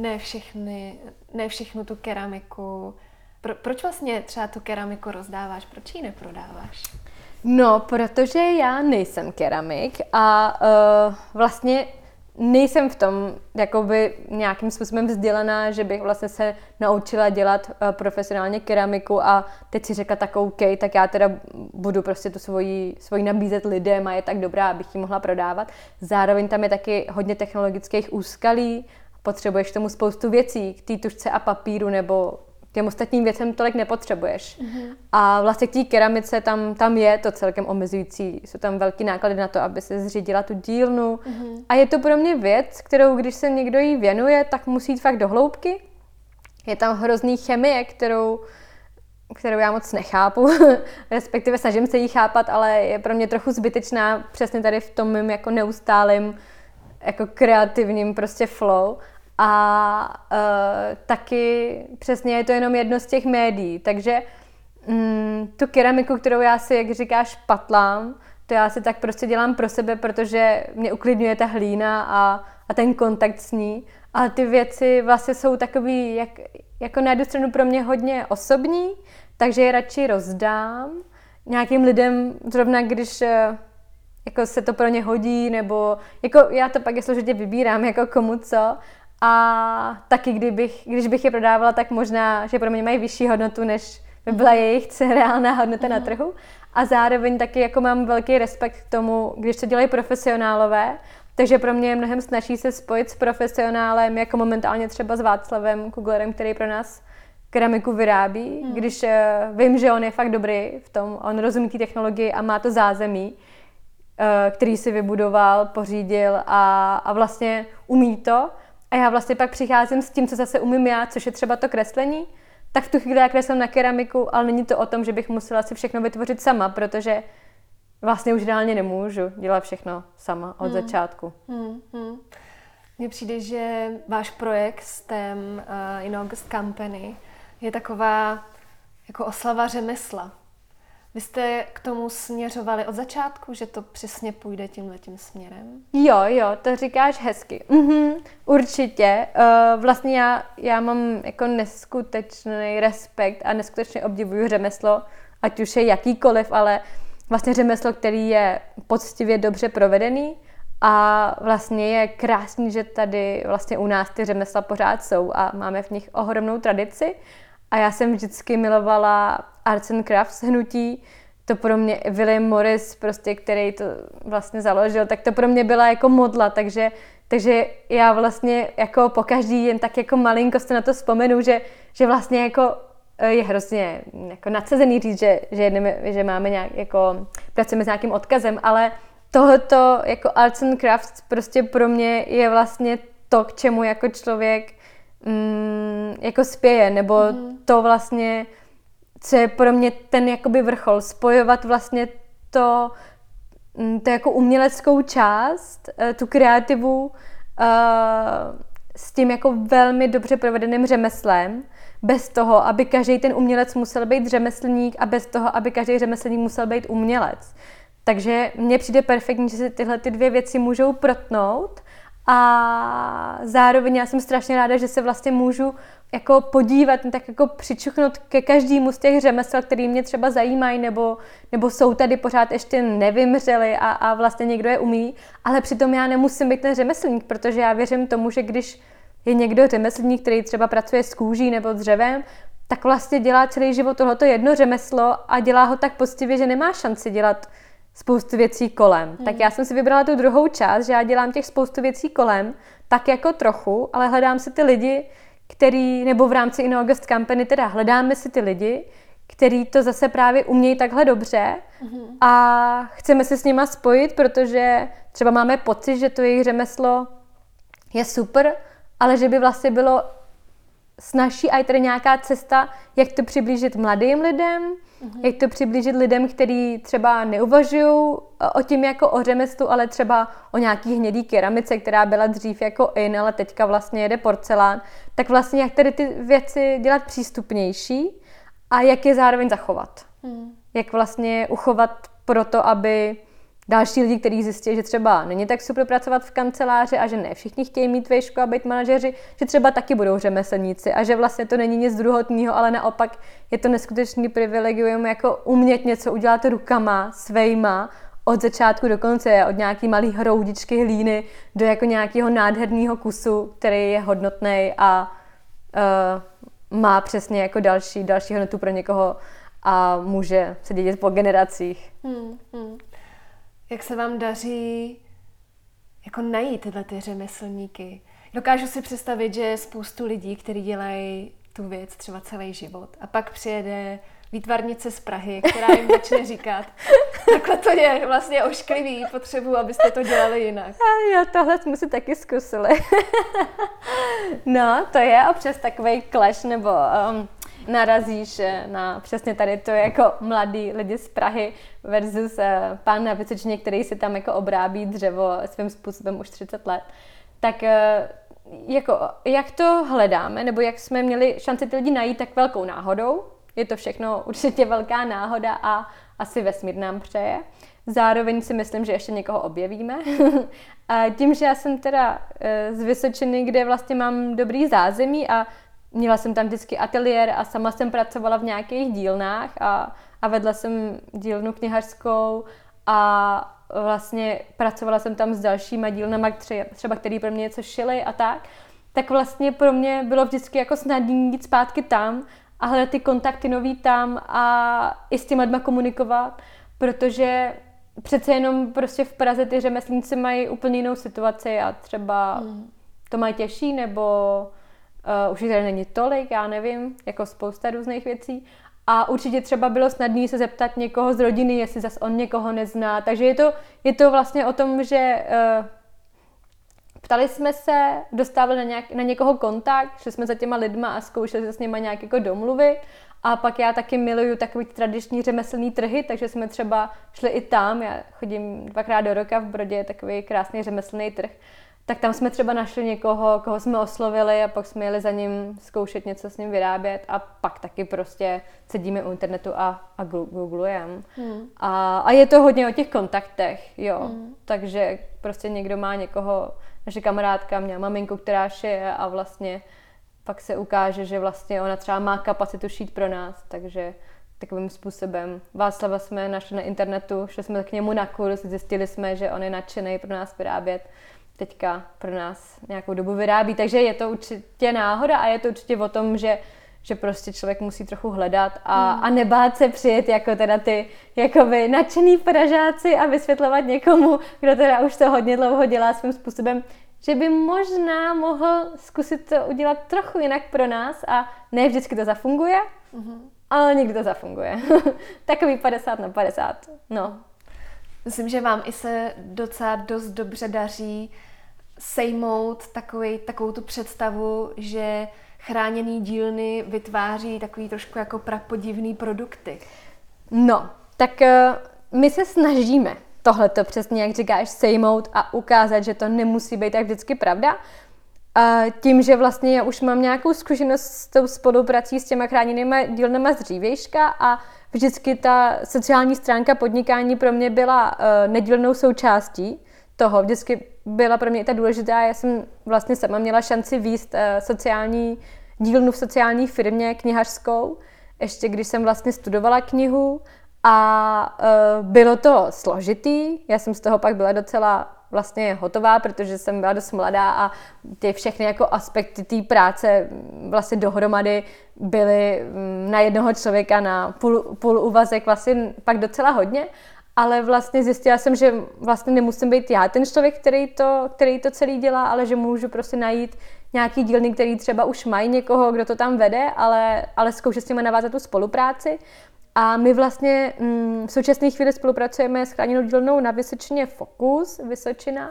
ne všechnu tu keramiku, proč vlastně třeba tu keramiku rozdáváš, proč ji neprodáváš? No, protože já nejsem keramik a vlastně nejsem v tom jakoby nějakým způsobem vzdělaná, že bych vlastně se naučila dělat profesionálně keramiku a teď si řekla tak OK, tak já teda budu prostě tu svoji nabízet lidem a je tak dobrá, abych ji mohla prodávat. Zároveň tam je taky hodně technologických úskalí, potřebuješ k tomu spoustu věcí, k té tužce a papíru nebo těm ostatním věcem tolik nepotřebuješ. A vlastně k té keramice tam je to celkem omezující. Jsou tam velký náklady na to, aby se zřídila tu dílnu. A je to pro mě věc, kterou když se někdo jí věnuje, tak musí jít fakt do hloubky. Je tam hrozný chemie, kterou já moc nechápu. Respektive snažím se jí chápat, ale je pro mě trochu zbytečná přesně tady v tom mým jako neustálým jako kreativním prostě flow. A taky přesně je to jenom jedno z těch médií, takže Tu keramiku, kterou já si, jak říkáš, patlám, to já si tak prostě dělám pro sebe, protože mě uklidňuje ta hlína a ten kontakt s ní. Ale ty věci vlastně jsou takový, jako na jednu stranu pro mě hodně osobní, takže je radši rozdám nějakým lidem, zrovna když jako se to pro ně hodí, nebo jako já to pak je složitě vybírám, jako komu co. A taky když bych je prodávala, tak možná, že pro mě mají vyšší hodnotu, než by byla jejich reálná hodnota na trhu. A zároveň taky jako mám velký respekt k tomu, když to dělají profesionálové, takže pro mě je mnohem snaží se spojit s profesionálem, jako momentálně třeba s Václavem Kuglerem, který pro nás keramiku vyrábí, když vím, že on je fakt dobrý v tom, on rozumí té technologii a má to zázemí, který si vybudoval, pořídil a vlastně umí to. A já vlastně pak přicházím s tím, co zase umím já, což je třeba to kreslení, tak v tu chvíli já kreslím na keramiku, ale není to o tom, že bych musela si všechno vytvořit sama, protože vlastně už reálně nemůžu dělat všechno sama od začátku. Mně přijde, že váš projekt STEM in August Company je taková jako oslava řemesla. Vy jste k tomu směřovali od začátku, že to přesně půjde tímhletím směrem? Jo, to říkáš hezky. Určitě. Vlastně já mám jako neskutečný respekt a neskutečně obdivuju řemeslo, ať už je jakýkoliv, ale vlastně řemeslo, který je poctivě dobře provedený a vlastně je krásný, že tady vlastně u nás ty řemesla pořád jsou a máme v nich ohromnou tradici. A já jsem vždycky milovala Arts and Crafts hnutí. To pro mě William Morris, prostě, který to vlastně založil, tak to pro mě byla jako modla, takže já vlastně jako pokaždý jen tak jako malinko se na to vzpomenu, že vlastně jako je hrozně jako nadsazený říct, že máme nějak jako pracujeme s nějakým odkazem, ale tohoto jako Arts and Crafts prostě pro mě je vlastně to, k čemu jako člověk jako spěje, nebo to vlastně, co je pro mě ten jakoby vrchol, spojovat vlastně to jako uměleckou část, tu kreativu s tím jako velmi dobře provedeným řemeslem, bez toho, aby každý ten umělec musel být řemeslník a bez toho, aby každý řemeslník musel být umělec. Takže mně přijde perfektní, že se tyhle ty dvě věci můžou protnout a zároveň já jsem strašně ráda, že se vlastně můžu jako podívat, tak jako přičuchnout ke každému z těch řemesel, který mě třeba zajímají, nebo jsou tady pořád ještě nevymřely a vlastně někdo je umí, ale přitom já nemusím být ten řemeslník, protože já věřím tomu, že když je někdo řemeslník, který třeba pracuje s kůží nebo dřevem, tak vlastně dělá celý život tohleto jedno řemeslo a dělá ho tak poctivě, že nemá šanci dělat spoustu věcí kolem. Tak já jsem si vybrala tu druhou část, že já dělám těch spoustu věcí kolem, tak jako trochu, ale hledám si ty lidi, nebo v rámci In August Company teda hledáme si ty lidi, který to zase právě umějí takhle dobře a chceme se s nima spojit, protože třeba máme pocit, že to jejich řemeslo je super, ale že by vlastně bylo snazší a je tady nějaká cesta, jak to přiblížit mladým lidem, jak to přiblížit lidem, kteří třeba neuvažují o tím jako o řemeslu, ale třeba o nějaký hnědý keramice, která byla dřív jako in, ale teďka vlastně jede porcelán, tak vlastně jak tady ty věci dělat přístupnější a jak je zároveň zachovat. Jak vlastně uchovat proto, aby další lidi, kteří zjistí, že třeba není tak super pracovat v kanceláři a že ne všichni chtějí mít vejšku a být manažeři, že třeba taky budou řemeslníci a že vlastně to není nic druhotného, ale naopak je to neskutečný privilegium jako umět něco udělat rukama svejma od začátku do konce, od nějaký malý hroudičky hlíny do jako nějakého nádherného kusu, který je hodnotný a má přesně jako další hodnotu pro někoho a může se dělat po generacích. Jak se vám daří jako najít tyhle ty řemeslníky? Dokážu si představit, že je spoustu lidí, kteří dělají tu věc třeba celý život a pak přijede výtvarnice z Prahy, která jim začne říkat, takhle to je vlastně ošklivý, potřebuji, abyste to dělali jinak. Jo, tohle jsme si taky zkusili. No, to je občas takovej clash, nebo narazíš na přesně tady to jako mladý lidi z Prahy versus pán na Vysočině, který si tam jako obrábí dřevo svým způsobem už 30 let. Tak jako, jak to hledáme, nebo jak jsme měli šanci ty lidi najít tak velkou náhodou, je to všechno určitě velká náhoda a asi vesmír nám přeje. Zároveň si myslím, že ještě někoho objevíme. A tím, že já jsem teda z Vysočiny, kde vlastně mám dobrý zázemí a měla jsem tam vždycky ateliér a sama jsem pracovala v nějakých dílnách a vedla jsem dílnu knihařskou a vlastně pracovala jsem tam s dalšíma dílnama, třeba který pro mě něco šily a tak vlastně pro mě bylo vždycky jako snadný jít zpátky tam a hledat ty kontakty nový tam a i s těma lidma komunikovat, protože přece jenom prostě v Praze ty řemeslníci mají úplně jinou situaci a třeba to mají těžší, nebo už jich tady není tolik, já nevím, jako spousta různých věcí. A určitě třeba bylo snadné se zeptat někoho z rodiny, jestli zas on někoho nezná. Takže je to vlastně o tom, že ptali jsme se, dostávali na někoho kontakt, šli jsme za těma lidma a zkoušeli se s nima nějak jako domluvit. A pak já taky miluju takový tradiční řemeslný trhy, takže jsme třeba šli i tam, já chodím 2krát do roka, v Brodě je takový krásný řemeslný trh, tak tam jsme třeba našli někoho, koho jsme oslovili a pak jsme jeli za ním zkoušet něco s ním vyrábět a pak taky prostě sedíme u internetu a googlujeme. A je to hodně o těch kontaktech, jo. Takže prostě někdo má někoho, naše kamarádka měla maminku, která šije a vlastně pak se ukáže, že vlastně ona třeba má kapacitu šít pro nás, takže takovým způsobem. Václava jsme našli na internetu, šli jsme k němu na kurz, zjistili jsme, že on je nadšený pro nás vyrábět. Teďka pro nás nějakou dobu vyrábí, takže je to určitě náhoda a je to určitě o tom, že prostě člověk musí trochu hledat a nebát se přijet jako teda ty jakoby nadšený Pražáci a vysvětlovat někomu, kdo teda už to hodně dlouho dělá svým způsobem, že by možná mohl zkusit to udělat trochu jinak pro nás a ne vždycky to zafunguje, ale někdy to zafunguje. Takový 50/50, no. Myslím, že vám i se docela dost dobře daří sejmout takovou tu představu, že chráněný dílny vytváří takový trošku jako prapodivný produkty. No, tak my se snažíme tohleto přesně, jak říkáš, sejmout a ukázat, že to nemusí být tak vždycky pravda. Tím, že vlastně já už mám nějakou zkušenost s tou spoluprací s těma chráněnýma dílnama z dřívějška a vždycky ta sociální stránka podnikání pro mě byla nedílnou součástí toho. Vždycky byla pro mě ta důležitá. Já jsem vlastně sama měla šanci vést sociální dílnu v sociální firmě knihařskou, ještě když jsem vlastně studovala knihu a bylo to složitý. Já jsem z toho pak byla docela vlastně hotová, protože jsem byla dost mladá a ty všechny jako aspekty té práce vlastně dohromady byly na jednoho člověka na půl úvazek vlastně pak docela hodně, ale vlastně zjistila jsem, že vlastně nemusím být já ten člověk, který to celý dělá, ale že můžu prostě najít nějaký dílny, který třeba už mají někoho, kdo to tam vede, ale zkoušet s nimi navázat tu spolupráci. A my vlastně v současné chvíli spolupracujeme s chráněnou dílnou na Vysočině Focus, Vysočina.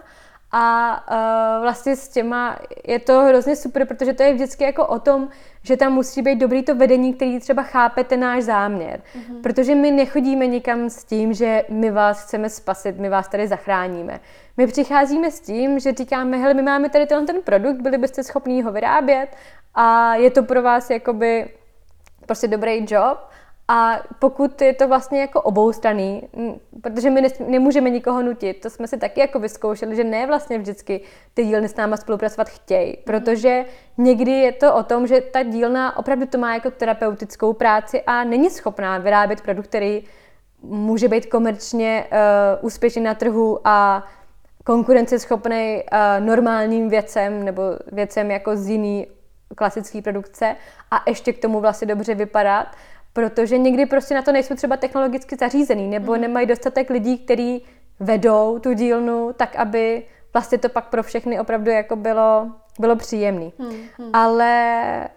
A vlastně s těma je to hrozně super, protože to je vždycky jako o tom, že tam musí být dobrý to vedení, který třeba chápe ten náš záměr. Protože my nechodíme nikam s tím, že my vás chceme spasit, my vás tady zachráníme. My přicházíme s tím, že říkáme, hele, my máme tady ten produkt, byli byste schopní ho vyrábět a je to pro vás jakoby prostě dobrý job. A pokud je to vlastně jako oboustranný, protože my nemůžeme nikoho nutit, to jsme si taky jako vyzkoušeli, že ne vlastně vždycky ty dílny s náma spolupracovat chtějí, protože někdy je to o tom, že ta dílna opravdu to má jako terapeutickou práci a není schopná vyrábět produkt, který může být komerčně úspěšný na trhu a konkurenceschopný normálním věcem nebo věcem jako z jiný klasické produkce a ještě k tomu vlastně dobře vypadat. Protože někdy prostě na to nejsou třeba technologicky zařízený, nebo nemají dostatek lidí, kteří vedou tu dílnu, tak aby vlastně to pak pro všechny opravdu jako bylo příjemný. Ale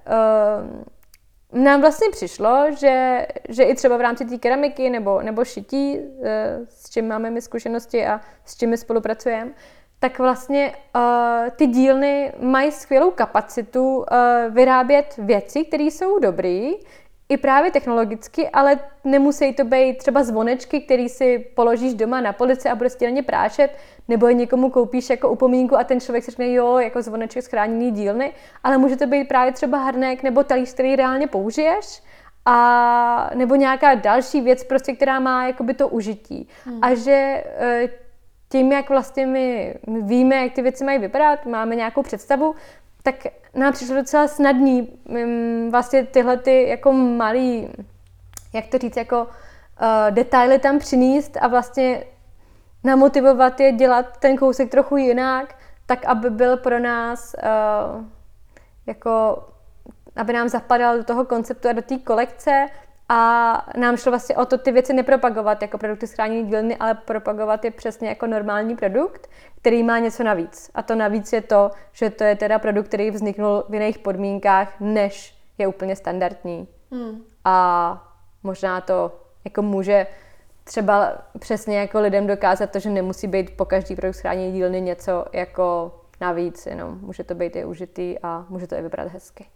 nám vlastně přišlo, že i třeba v rámci té keramiky nebo šití, s čím máme my zkušenosti a s čím my spolupracujeme, tak vlastně ty dílny mají skvělou kapacitu vyrábět věci, které jsou dobré, i právě technologicky, ale nemusí to být třeba zvonečky, který si položíš doma na polici a budeš dělně prášet, nebo je někomu koupíš jako upomínku a ten člověk si řekne, jo, jako zvoneček z chráněný dílny, ale může to být právě třeba hrnek nebo talíř, který reálně použiješ a nebo nějaká další věc, prostě, která má jakoby to užití. A že tím, jak vlastně my víme, jak ty věci mají vypadat, máme nějakou představu, tak nám přišlo docela snadný vlastně tyhle ty jako malý, jak to říct, jako detaily tam přinést a vlastně namotivovat je dělat ten kousek trochu jinak, tak aby byl pro nás jako, aby nám zapadal do toho konceptu a do té kolekce a nám šlo vlastně o to ty věci nepropagovat jako produkty z chráněné dílny, ale propagovat je přesně jako normální produkt, který má něco navíc. A to navíc je to, že to je teda produkt, který vzniknul v jiných podmínkách, než je úplně standardní. A možná to jako může třeba přesně jako lidem dokázat to, že nemusí být po každý produkt z chráněné dílny něco jako navíc, jenom může to být i užitý a může to i vypadat hezky.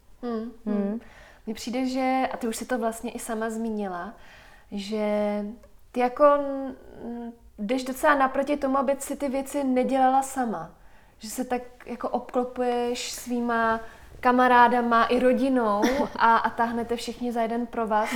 Mně přijde, že, a ty už si to vlastně i sama zmínila, že ty jako jdeš docela naproti tomu, aby si ty věci nedělala sama. Že se tak jako obklopuješ svýma kamarádama i rodinou a táhnete všichni za jeden provaz.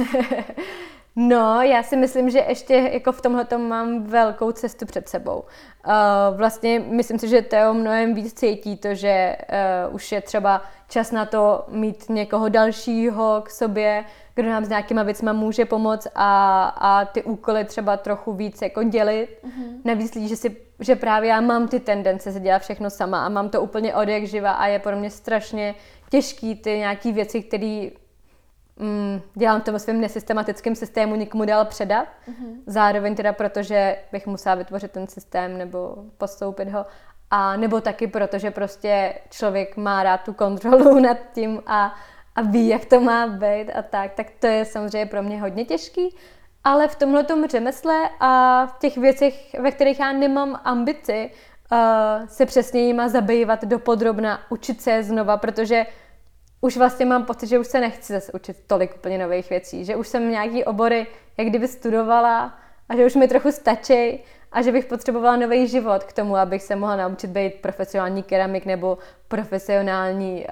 No, já si myslím, že ještě jako v tomhletom mám velkou cestu před sebou. Vlastně myslím si, že Teo mnohem víc cítí to, že už je třeba čas na to mít někoho dalšího k sobě, kdo nám s nějakýma věcma může pomoct a ty úkoly třeba trochu víc jako dělit. Navíc lidí, že právě já mám ty tendence se dělat všechno sama a mám to úplně od jak živa a je pro mě strašně těžký ty nějaký věci, které dělám to ve svém nesystematickém systému někomu dál předat. Zároveň teda protože bych musela vytvořit ten systém nebo postoupit ho. A nebo taky proto, že prostě člověk má rád tu kontrolu nad tím a ví, jak to má být a tak to je samozřejmě pro mě hodně těžký. Ale v tomhletom řemesle a v těch věcech, ve kterých já nemám ambici, se přesně jima zabývat dopodrobna, učit se je znova, protože už vlastně mám pocit, že už se nechci zase učit tolik úplně nových věcí, že už jsem nějaký obory jak kdyby studovala a že už mi trochu stačí a že bych potřebovala nový život k tomu, abych se mohla naučit být profesionální keramik nebo profesionální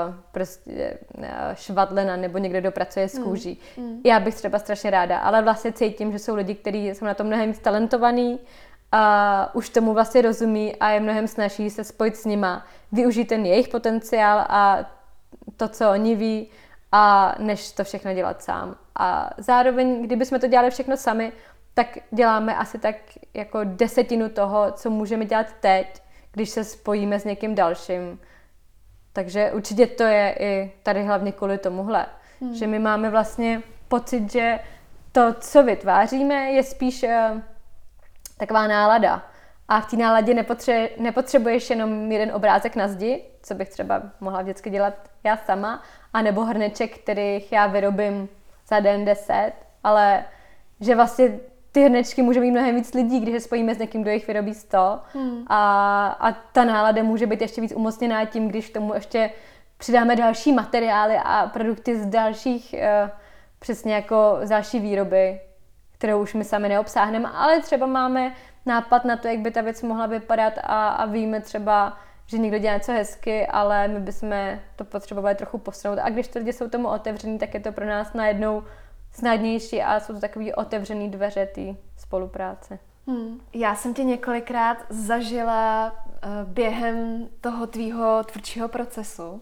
švadlena nebo někdo, kdo pracuje s kůží. Já bych třeba strašně ráda, ale vlastně cítím, že jsou lidi, kteří jsou na to mnohem víc talentovaní a už tomu vlastně rozumí a je mnohem snazší se spojit s nima, využít ten jejich potenciál a to, co oni ví, a než to všechno dělat sám. A zároveň, kdybychom to dělali všechno sami, tak děláme asi tak jako 10% toho, co můžeme dělat teď, když se spojíme s někým dalším. Takže určitě to je i tady hlavně kvůli tomuhle. Že my máme vlastně pocit, že to, co vytváříme, je spíš taková nálada. A v té náladě nepotřebuješ jenom jeden obrázek na zdi, co bych třeba mohla vždycky dělat já sama, anebo hrneček, kterých já vyrobím za den 10, ale že vlastně ty hrnečky může mít mnohem víc lidí, když se spojíme s někým, kdo jich vyrobí 100 a ta nálada může být ještě víc umocněná tím, když tomu ještě přidáme další materiály a produkty z dalších, přesně jako z další výroby, kterou už my sami neobsáhneme, ale třeba máme nápad na to, jak by ta věc mohla vypadat a víme třeba, že někdo dělá něco hezky, ale my bychom to potřebovali trochu posunout. A když ty lidi jsou tomu otevření, tak je to pro nás najednou snadnější a jsou to takový otevřený dveře té spolupráce. Já jsem tě několikrát zažila během toho tvýho tvůrčího procesu.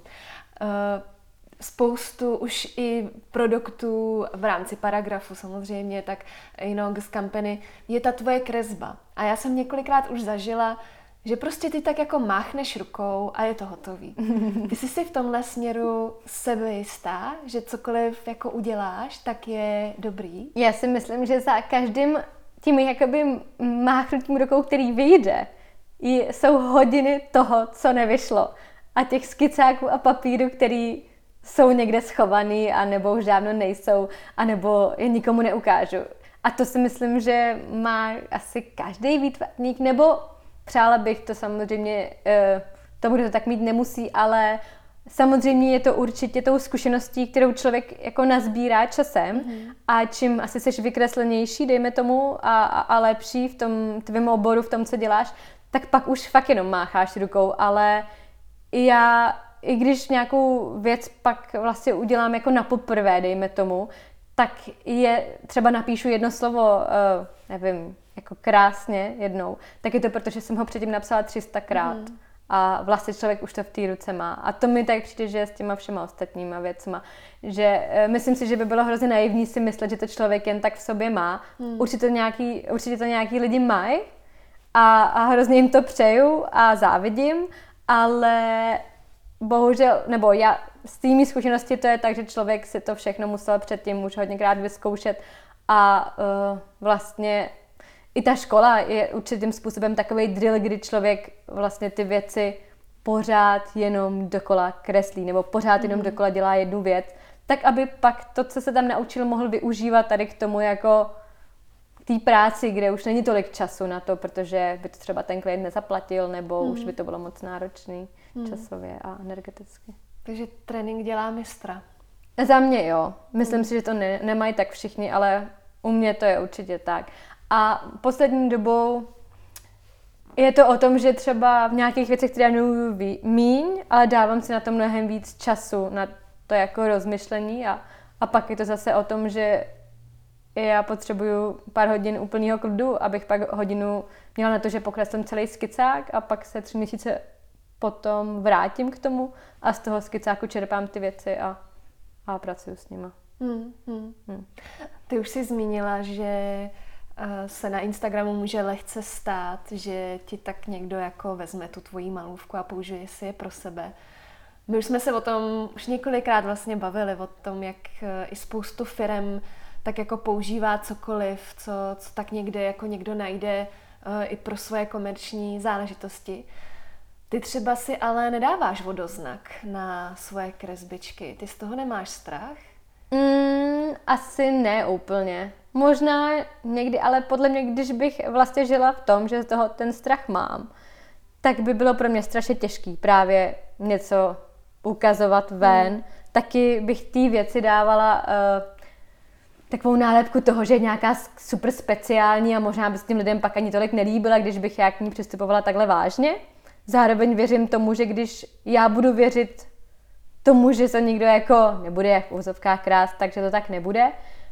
Spoustu už i produktů v rámci Paragrafu samozřejmě, tak Inox Company, je ta tvoje kresba. A já jsem několikrát už zažila, že prostě ty tak jako máchneš rukou a je to hotový. Ty jsi si v tomhle směru sebejistá, že cokoliv jako uděláš, tak je dobrý? Já si myslím, že za každým tím jakoby máchnutím rukou, který vyjde, jsou hodiny toho, co nevyšlo. A těch skicáků a papíru, který jsou někde schovaný, anebo už dávno nejsou, anebo je nikomu neukážu. A to si myslím, že má asi každý výtvarník, nebo přála bych to samozřejmě, tomu, kdo to tak mít nemusí, ale samozřejmě je to určitě tou zkušeností, kterou člověk jako nazbírá časem a čím asi seš vykreslenější, dejme tomu, a lepší v tom tvém oboru, v tom, co děláš, tak pak už fakt jenom mácháš rukou, ale já, i když nějakou věc pak vlastně udělám jako na poprvé, dejme tomu, tak je, třeba napíšu jedno slovo, nevím, jako krásně jednou, tak je to proto, že jsem ho předtím napsala 300krát. A vlastně člověk už to v té ruce má. A to mi tak přijde, že s těma všema ostatníma věcma. Že myslím si, že by bylo hrozně naivní si myslet, že to člověk jen tak v sobě má. Určitě to nějaký lidi mají a hrozně jim to přeju a závidím, ale bohužel, nebo já z té mý zkušenosti to je tak, že člověk si to všechno musel předtím už hodněkrát vyzkoušet a vlastně i ta škola je určitým způsobem takovej drill, kdy člověk vlastně ty věci pořád jenom dokola kreslí nebo pořád jenom dokola dělá jednu věc, tak aby pak to, co se tam naučil, mohl využívat tady k tomu jako té práci, kde už není tolik času na to, protože by to třeba ten klient nezaplatil nebo už by to bylo moc náročný časově a energeticky. Takže trénink dělá mistra. Za mě jo. Myslím si, že to nemají tak všichni, ale u mě to je určitě tak. A poslední dobou je to o tom, že třeba v nějakých věcech, které nemluví míň, ale dávám si na to mnohem víc času, na to jako rozmyšlení a pak je to zase o tom, že já potřebuju pár hodin úplného klidu, abych pak hodinu měla na to, že pokreslím celý skicák a pak se 3 měsíce potom vrátím k tomu a z toho skicáku čerpám ty věci a pracuju s nima. Ty už jsi zmínila, že se na Instagramu může lehce stát, že ti tak někdo jako vezme tu tvoji malůvku a použije si je pro sebe. My už jsme se o tom už několikrát vlastně bavili, o tom, jak i spoustu firem tak jako používá cokoliv, co tak někde jako někdo najde i pro svoje komerční záležitosti. Ty třeba si ale nedáváš vodoznak na svoje kresbičky. Ty z toho nemáš strach? Asi ne úplně. Možná někdy, ale podle mě, když bych vlastně žila v tom, že z toho ten strach mám, tak by bylo pro mě strašně těžký právě něco ukazovat ven. Taky bych té věci dávala takovou nálepku toho, že je nějaká super speciální a možná by s tím lidem pak ani tolik nelíbila, když bych já k ní přistupovala takhle vážně. Zároveň věřím tomu, že když já budu věřit tomu, že to nikdo jako nebude v úzovkách krást, takže to tak nebude.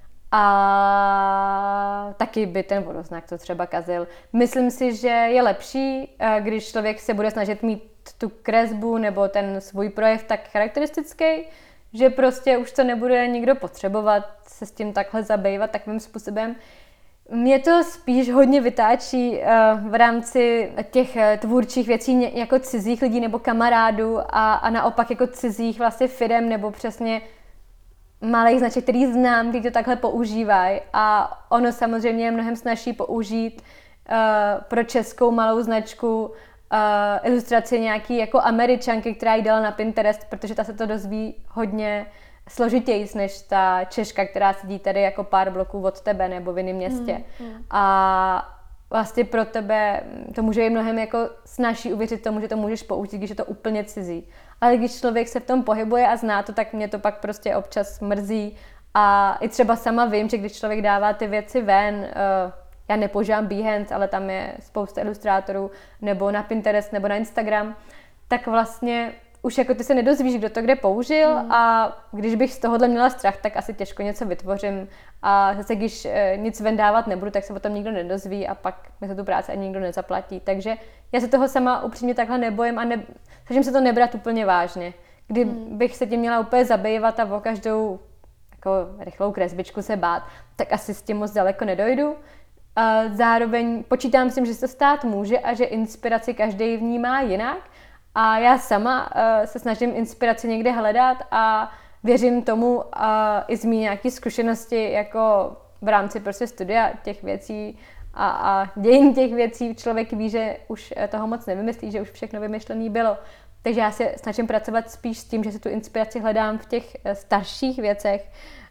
A taky by ten vodoznak to třeba kazil. Myslím si, že je lepší, když člověk se bude snažit mít tu kresbu nebo ten svůj projev tak charakteristický, že prostě už to nebude nikdo potřebovat se s tím takhle zabývat takovým způsobem. Mě to spíš hodně vytáčí v rámci těch tvůrčích věcí jako cizích lidí nebo kamarádů a naopak jako cizích vlastně firem nebo přesně malých značek, který znám, kdy to takhle používají. A ono samozřejmě je mnohem snazší použít pro českou malou značku ilustraci nějaký jako Američanky, která ji dala na Pinterest, protože ta se to dozví hodně složitěji než ta Češka, která sedí tady jako pár bloků od tebe nebo v jiném městě. A vlastně pro tebe to může být mnohem jako snazší uvěřit tomu, že to můžeš použít, když je to úplně cizí. Ale když člověk se v tom pohybuje a zná to, tak mě to pak prostě občas mrzí. A i třeba sama vím, že když člověk dává ty věci ven, já nepoužívám Behance, ale tam je spousta ilustrátorů, nebo na Pinterest, nebo na Instagram, tak vlastně už jako ty se nedozvíš, kdo to kde použil a když bych z tohohle měla strach, tak asi těžko něco vytvořím a zase když nic ven dávat nebudu, tak se o tom nikdo nedozví a pak mi se tu práci ani nikdo nezaplatí. Takže já se toho sama upřímně takhle nebojím a snažím se to nebrat úplně vážně. Kdybych se tím měla úplně zabývat a o každou jako rychlou kresbičku se bát, tak asi s tím moc daleko nedojdu. Zároveň počítám s tím, že se to stát může a že inspiraci každý vnímá jinak. A já sama se snažím inspiraci někde hledat a věřím tomu i z mý nějaký zkušenosti jako v rámci prostě studia těch věcí a dějin těch věcí. Člověk ví, že už toho moc nevymyslí, že už všechno vymyšlené bylo. Takže já se snažím pracovat spíš s tím, že si tu inspiraci hledám v těch starších věcech,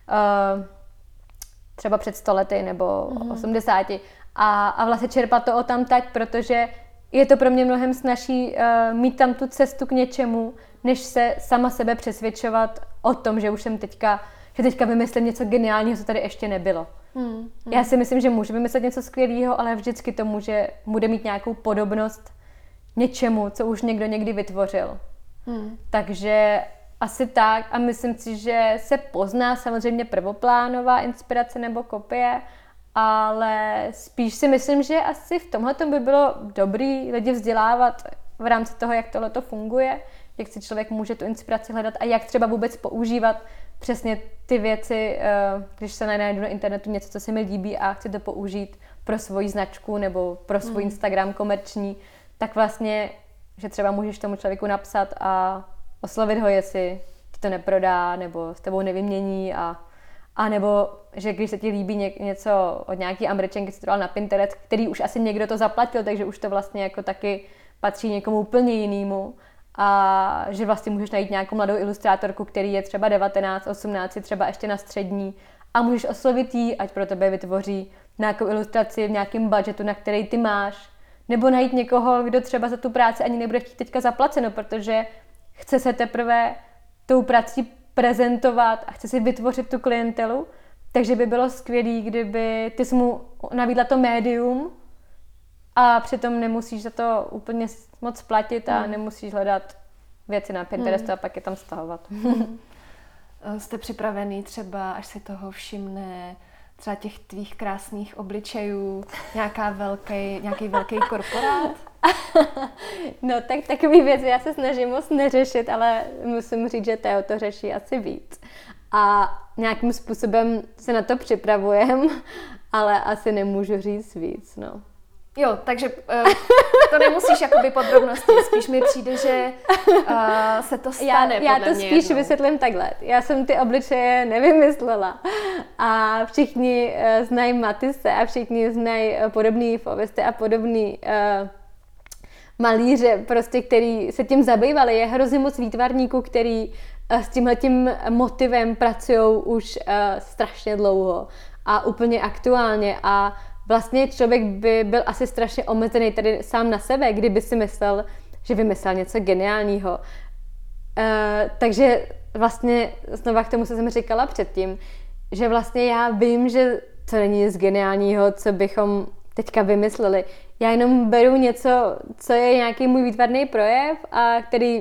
třeba před 100 lety nebo 80 a vlastně čerpat to odtamtať, protože je to pro mě mnohem snazší mít tam tu cestu k něčemu, než se sama sebe přesvědčovat o tom, že už jsem teďka vymyslím něco geniálního, co tady ještě nebylo. Já si myslím, že můžu vymyslet něco skvělého, ale vždycky to bude mít nějakou podobnost něčemu, co už někdo někdy vytvořil. Takže Asi tak a myslím si, že se pozná samozřejmě prvoplánová inspirace nebo kopie, ale spíš si myslím, že asi v tomhletom by bylo dobrý lidi vzdělávat v rámci toho, jak tohleto funguje, jak si člověk může tu inspiraci hledat a jak třeba vůbec používat přesně ty věci, když se najdu na internetu něco, co se mi líbí a chci to použít pro svoji značku nebo pro svůj Instagram komerční, tak vlastně, že třeba můžeš tomu člověku napsat a oslovit ho, jestli ti to neprodá nebo s tebou nevymění a nebo, že když se ti líbí něco od nějaký Američanky, co to dal na Pinterest, který už asi někdo to zaplatil, takže už to vlastně jako taky patří někomu úplně jinému a že vlastně můžeš najít nějakou mladou ilustrátorku, který je třeba 19, 18, třeba ještě na střední a můžeš oslovit jí, ať pro tebe vytvoří nějakou ilustraci v nějakém budgetu, na který ty máš, nebo najít někoho, kdo třeba za tu práci ani nebude chtít teďka zaplaceno, protože chce se teprve tou prací prezentovat a chce si vytvořit tu klientelu, takže by bylo skvělé, kdyby ty jsi mu nabídla to médium a přitom nemusíš za to úplně moc platit a nemusíš hledat věci na Pinterestu a pak je tam stahovat. Jste připravený třeba, až se toho všimne třeba těch tvých krásných obličejů, nějaký velký korporát? No tak takový věci já se snažím moc neřešit, ale musím říct, že Teo to řeší asi víc. A nějakým způsobem se na to připravujem, ale asi nemůžu říct víc, no. Jo, takže to nemusíš jakoby podrobnosti, spíš mi přijde, že se to stane. Já to spíš vysvětlím takhle. Já jsem ty obličeje nevymyslela a všichni znají Matisse a všichni znají podobný Fauvesty a podobný malíře, prostě, který se tím zabývali. Je hrozně moc výtvarníků, který s tímhletím motivem pracují už strašně dlouho a úplně aktuálně a vlastně člověk by byl asi strašně omezený tady sám na sebe, kdyby si myslel, že vymyslel něco geniálního. Takže vlastně znova k tomu, co jsem říkala předtím, že vlastně já vím, že to není nic geniálního, co bychom teďka vymysleli. Já jenom beru něco, co je nějaký můj výtvarný projev a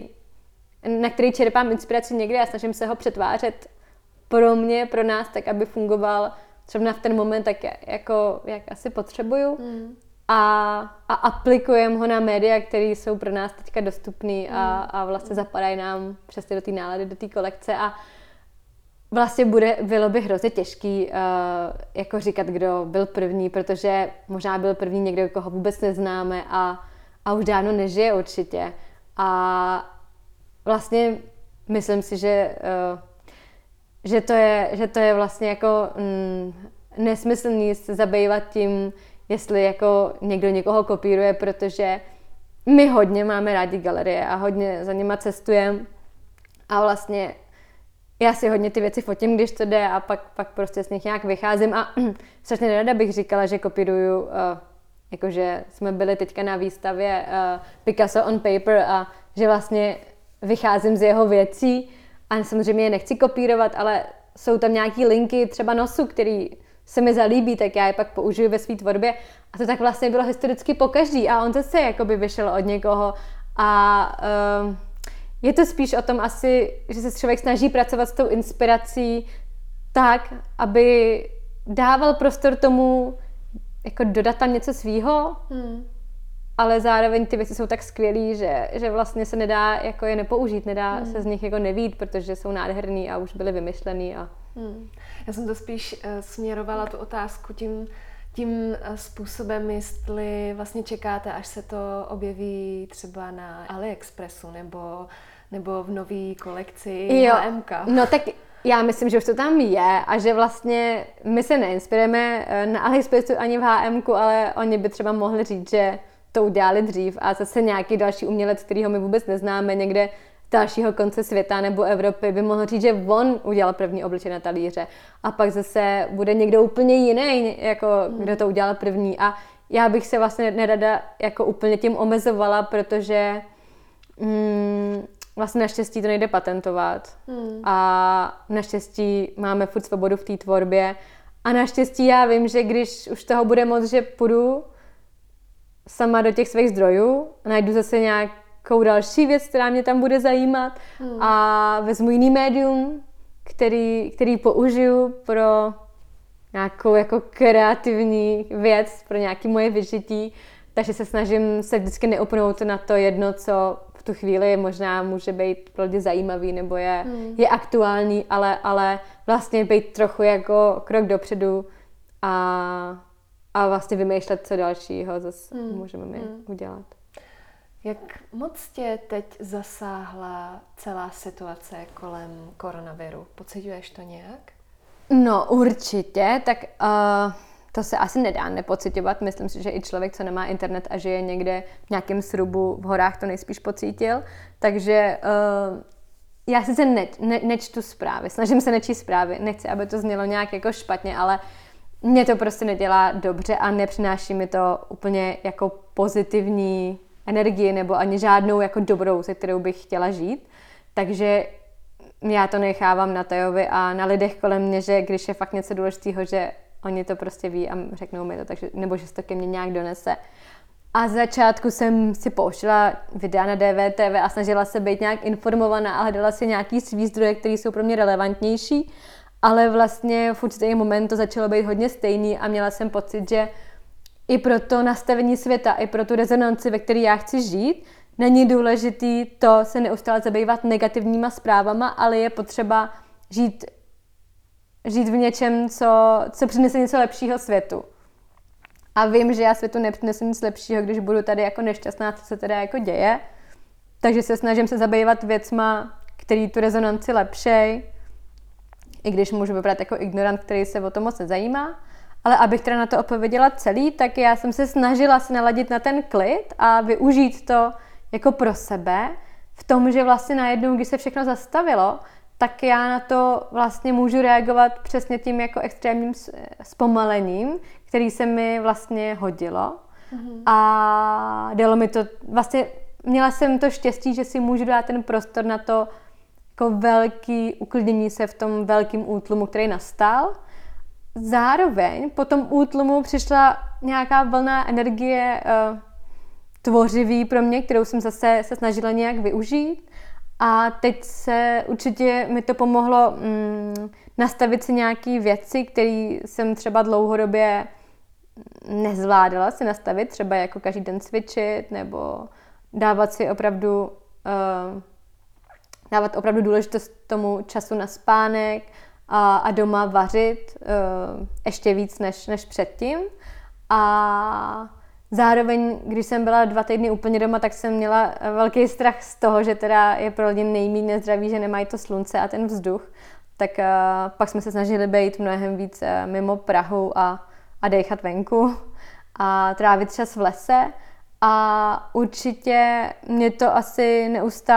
na který čerpám inspiraci někde a snažím se ho přetvářet pro mě, pro nás, tak aby fungoval třeba v ten moment, tak jak asi potřebuju. A aplikujeme ho na média, které jsou pro nás teďka dostupný a vlastně zapadají nám přesně do té nálady, do té kolekce a vlastně bylo by hrozně těžký jako říkat, kdo byl první, protože možná byl první někdo, koho vůbec neznáme a už dávno nežije určitě. A vlastně myslím si, že to je vlastně jako nesmyslný se zabývat tím, jestli jako někdo někoho kopíruje, protože my hodně máme rádi galerie a hodně za nima cestujeme a vlastně já si hodně ty věci fotím, když to jde a pak prostě z nich nějak vycházím a strašně nerada bych říkala, že kopíruju, jakože jsme byli teďka na výstavě Picasso on paper a že vlastně vycházím z jeho věcí a samozřejmě je nechci kopírovat, ale jsou tam nějaký linky třeba nosu, který se mi zalíbí, tak já je pak použiju ve své tvorbě a to tak vlastně bylo historicky pokaždý a on zase jakoby vyšel od někoho a je to spíš o tom asi, že se člověk snaží pracovat s tou inspirací tak, aby dával prostor tomu jako dodat tam něco svýho, ale zároveň ty věci jsou tak skvělý, že vlastně se nedá jako je nepoužít, nedá se z nich jako nevít, protože jsou nádherný a už byly vymyšlený. Já jsem to spíš směrovala tu otázku tím způsobem, jestli vlastně čekáte, až se to objeví třeba na AliExpressu nebo v nový kolekci HMK. No tak já myslím, že už to tam je a že vlastně my se neinspirujeme na AliExpressu ani v HMku, ale oni by třeba mohli říct, že to udělali dřív a zase nějaký další umělec, kterýho my vůbec neznáme, někde z dalšího konce světa nebo Evropy by mohl říct, že on udělal první obličej na talíře a pak zase bude někdo úplně jiný, jako kdo to udělal první a já bych se vlastně nerada jako úplně tím omezovala, protože vlastně naštěstí to nejde patentovat a naštěstí máme furt svobodu v té tvorbě a naštěstí já vím, že když už toho bude moc, že půjdu sama do těch svých zdrojů a najdu zase nějakou další věc, která mě tam bude zajímat a vezmu jiný médium, který použiju pro nějakou jako kreativní věc, pro nějaké moje vyžití, takže se snažím se vždycky neupnout na to jedno, co v tu chvíli možná může být pro lidi zajímavý nebo je aktuální, ale vlastně být trochu jako krok dopředu a vlastně vymýšlet, co dalšího zase můžeme my udělat. Jak moc tě teď zasáhla celá situace kolem koronaviru? Pociťuješ to nějak? No určitě, tak to se asi nedá nepociťovat. Myslím si, že i člověk, co nemá internet a žije někde v nějakém srubu v horách, to nejspíš pocítil. Takže já sice nečtu zprávy, snažím se nečíst zprávy, nechci, aby to znělo nějak jako špatně, ale mě to prostě nedělá dobře a nepřináší mi to úplně jako pozitivní energii nebo ani žádnou jako dobrou, se kterou bych chtěla žít. Takže já to nechávám na Tajovi a na lidech kolem mě, že když je fakt něco důležitého, že oni to prostě ví a řeknou mi to, takže, nebo že se to ke mně nějak donese. A z začátku jsem si pouštěla videa na DVTV a snažila se být nějak informovaná a hledala si nějaký svý zdroje, které jsou pro mě relevantnější, ale vlastně v určitý moment to začalo být hodně stejný a měla jsem pocit, že i pro to nastavení světa, i pro tu rezonanci, ve které já chci žít, není důležitý to se neustále zabývat negativníma zprávama, ale je potřeba žít v něčem, co přinese něco lepšího světu. A vím, že já světu nepřinesu nic lepšího, když budu tady jako nešťastná, co se teda jako děje. Takže se snažím se zabývat věcma, který tu rezonanci lepšej, i když můžu vypadat jako ignorant, který se o to moc nezajímá. Ale abych teda na to odpověděla celý, tak já jsem se snažila se naladit na ten klid a využít to jako pro sebe v tom, že vlastně najednou, když se všechno zastavilo, tak já na to vlastně můžu reagovat přesně tím jako extrémním zpomalením, který se mi vlastně hodilo. A dalo mi to, vlastně měla jsem to štěstí, že si můžu dát ten prostor na to jako velký uklidnění se v tom velkým útlumu, který nastal. Zároveň po tom útlumu přišla nějaká vlna energie tvořivý pro mě, kterou jsem zase se snažila nějak využít. A teď se určitě mi to pomohlo nastavit si nějaké věci, které jsem třeba dlouhodobě nezvládala si nastavit, třeba jako každý den cvičit nebo dávat opravdu důležitost tomu času na spánek a doma vařit ještě víc než předtím. A zároveň, když jsem byla 2 týdny úplně doma, tak jsem měla velký strach z toho, že teda je pro lidi nejméně nezdraví, že nemají to slunce a ten vzduch. Tak pak jsme se snažili být mnohem víc mimo Prahu a dejchat venku a trávit čas v lese. A určitě mě to asi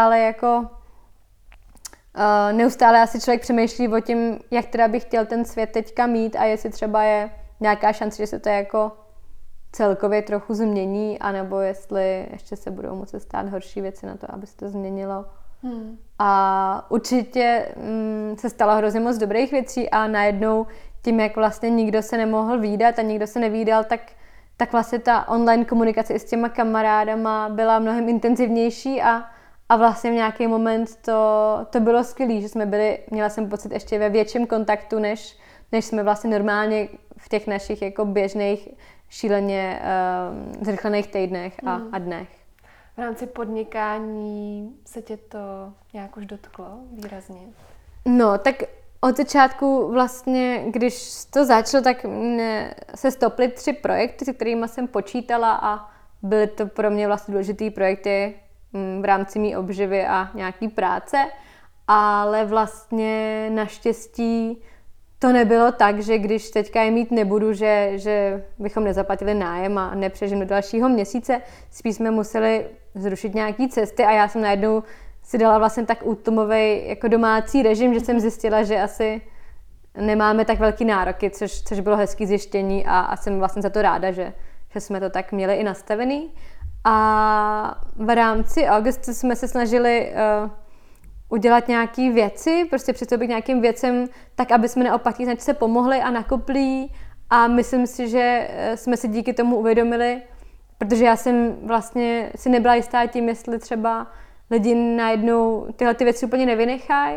neustále asi člověk přemýšlí o tím, jak teda bych chtěl ten svět teďka mít a jestli třeba je nějaká šance, že se to jako celkově trochu změní, anebo jestli ještě se budou muset stát horší věci na to, aby se to změnilo. A určitě se stalo hrozně moc dobrých věcí a najednou tím, jak vlastně nikdo se nemohl vídat a nikdo se nevídal, tak vlastně ta online komunikace i s těma kamarádama byla mnohem intenzivnější a vlastně v nějaký moment to bylo skvělý, že měla jsem pocit ještě ve větším kontaktu, než jsme vlastně normálně v těch našich jako běžných šíleně zrychlených týdnech a dnech. V rámci podnikání se tě to nějak už dotklo výrazně? No, tak od začátku vlastně, když to začalo, tak se stoply 3 projekty, se kterými jsem počítala a byly to pro mě vlastně důležitý projekty v rámci mý obživy a nějaký práce, ale vlastně naštěstí to nebylo tak, že když teďka je mít nebudu, že bychom nezaplatili nájem a nepřežijeme do dalšího měsíce, spíš jsme museli zrušit nějaký cesty a já jsem najednou si dala vlastně tak útlumový jako domácí režim, že jsem zjistila, že asi nemáme tak velký nároky, což bylo hezký zjištění a jsem vlastně za to ráda, že jsme to tak měli i nastavený. A v rámci augustu jsme se snažili udělat nějaké věci, prostě přistoupit k nějakým věcem, tak aby jsme naopak té značce pomohli a nakopli. A myslím si, že jsme si díky tomu uvědomili protože já jsem vlastně si nebyla jistá tím, jestli třeba lidi najednou tyhle ty věci úplně nevynechají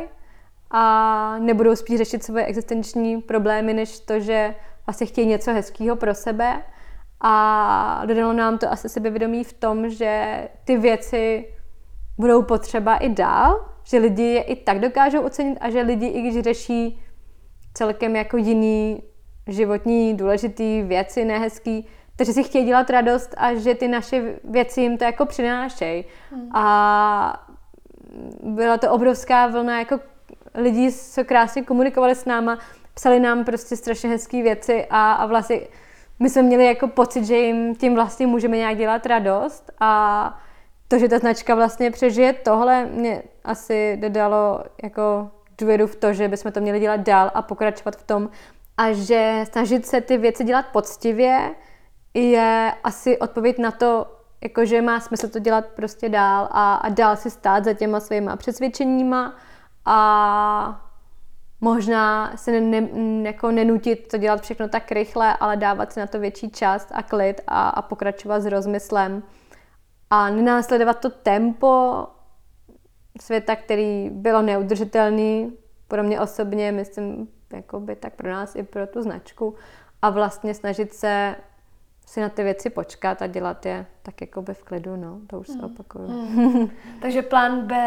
a nebudou spíš řešit svoje existenční problémy, než to, že vlastně chtějí něco hezkého pro sebe. A dodalo nám to asi sebevědomí v tom, že ty věci budou potřeba i dál, že lidi je i tak dokážou ocenit a že lidi, i když řeší celkem jako jiný životní důležitý věci, nehezký, takže si chtějí dělat radost a že ty naše věci jim to jako přinášejí. A byla to obrovská vlna jako lidí, co krásně komunikovali s náma, psali nám prostě strašně hezké věci a vlastně my jsme měli jako pocit, že jim tím vlastně můžeme nějak dělat radost a to, že ta značka vlastně přežije tohle, mě asi dodalo jako důvěru v to, že bychom to měli dělat dál a pokračovat v tom a že snažit se ty věci dělat poctivě je asi odpověď na to, jako že má smysl to dělat prostě dál a dál si stát za těma svýma přesvědčeníma a možná se jako nenutit to dělat všechno tak rychle, ale dávat si na to větší čas a klid a pokračovat s rozmyslem a nenásledovat to tempo světa, který bylo neudržitelný pro mě osobně, myslím, jakoby tak pro nás i pro tu značku a vlastně snažit se si na ty věci počkat a dělat je tak jakoby v klidu, no, to už se opakuju. Takže plán B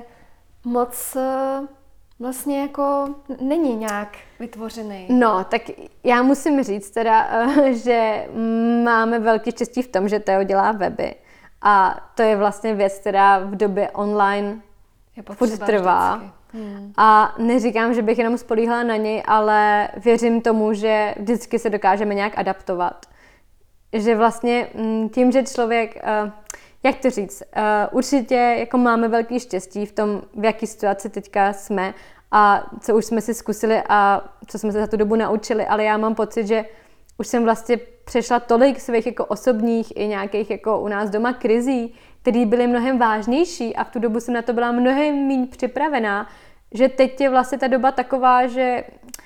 moc vlastně jako není nějak vytvořený. No, tak já musím říct teda, že máme velký štěstí v tom, že Teo dělá weby a to je vlastně věc, která v době online furt trvá. A neříkám, že bych jenom spolíhala na něj, ale věřím tomu, že vždycky se dokážeme nějak adaptovat. Že vlastně tím, že člověk, jak to říct, určitě jako máme velký štěstí v tom, v jaký situaci teďka jsme a co už jsme si zkusili a co jsme se za tu dobu naučili, ale já mám pocit, že už jsem vlastně přešla tolik svých jako osobních i nějakých jako u nás doma krizí, které byly mnohem vážnější a v tu dobu jsem na to byla mnohem méně připravená, že teď je vlastně ta doba taková, že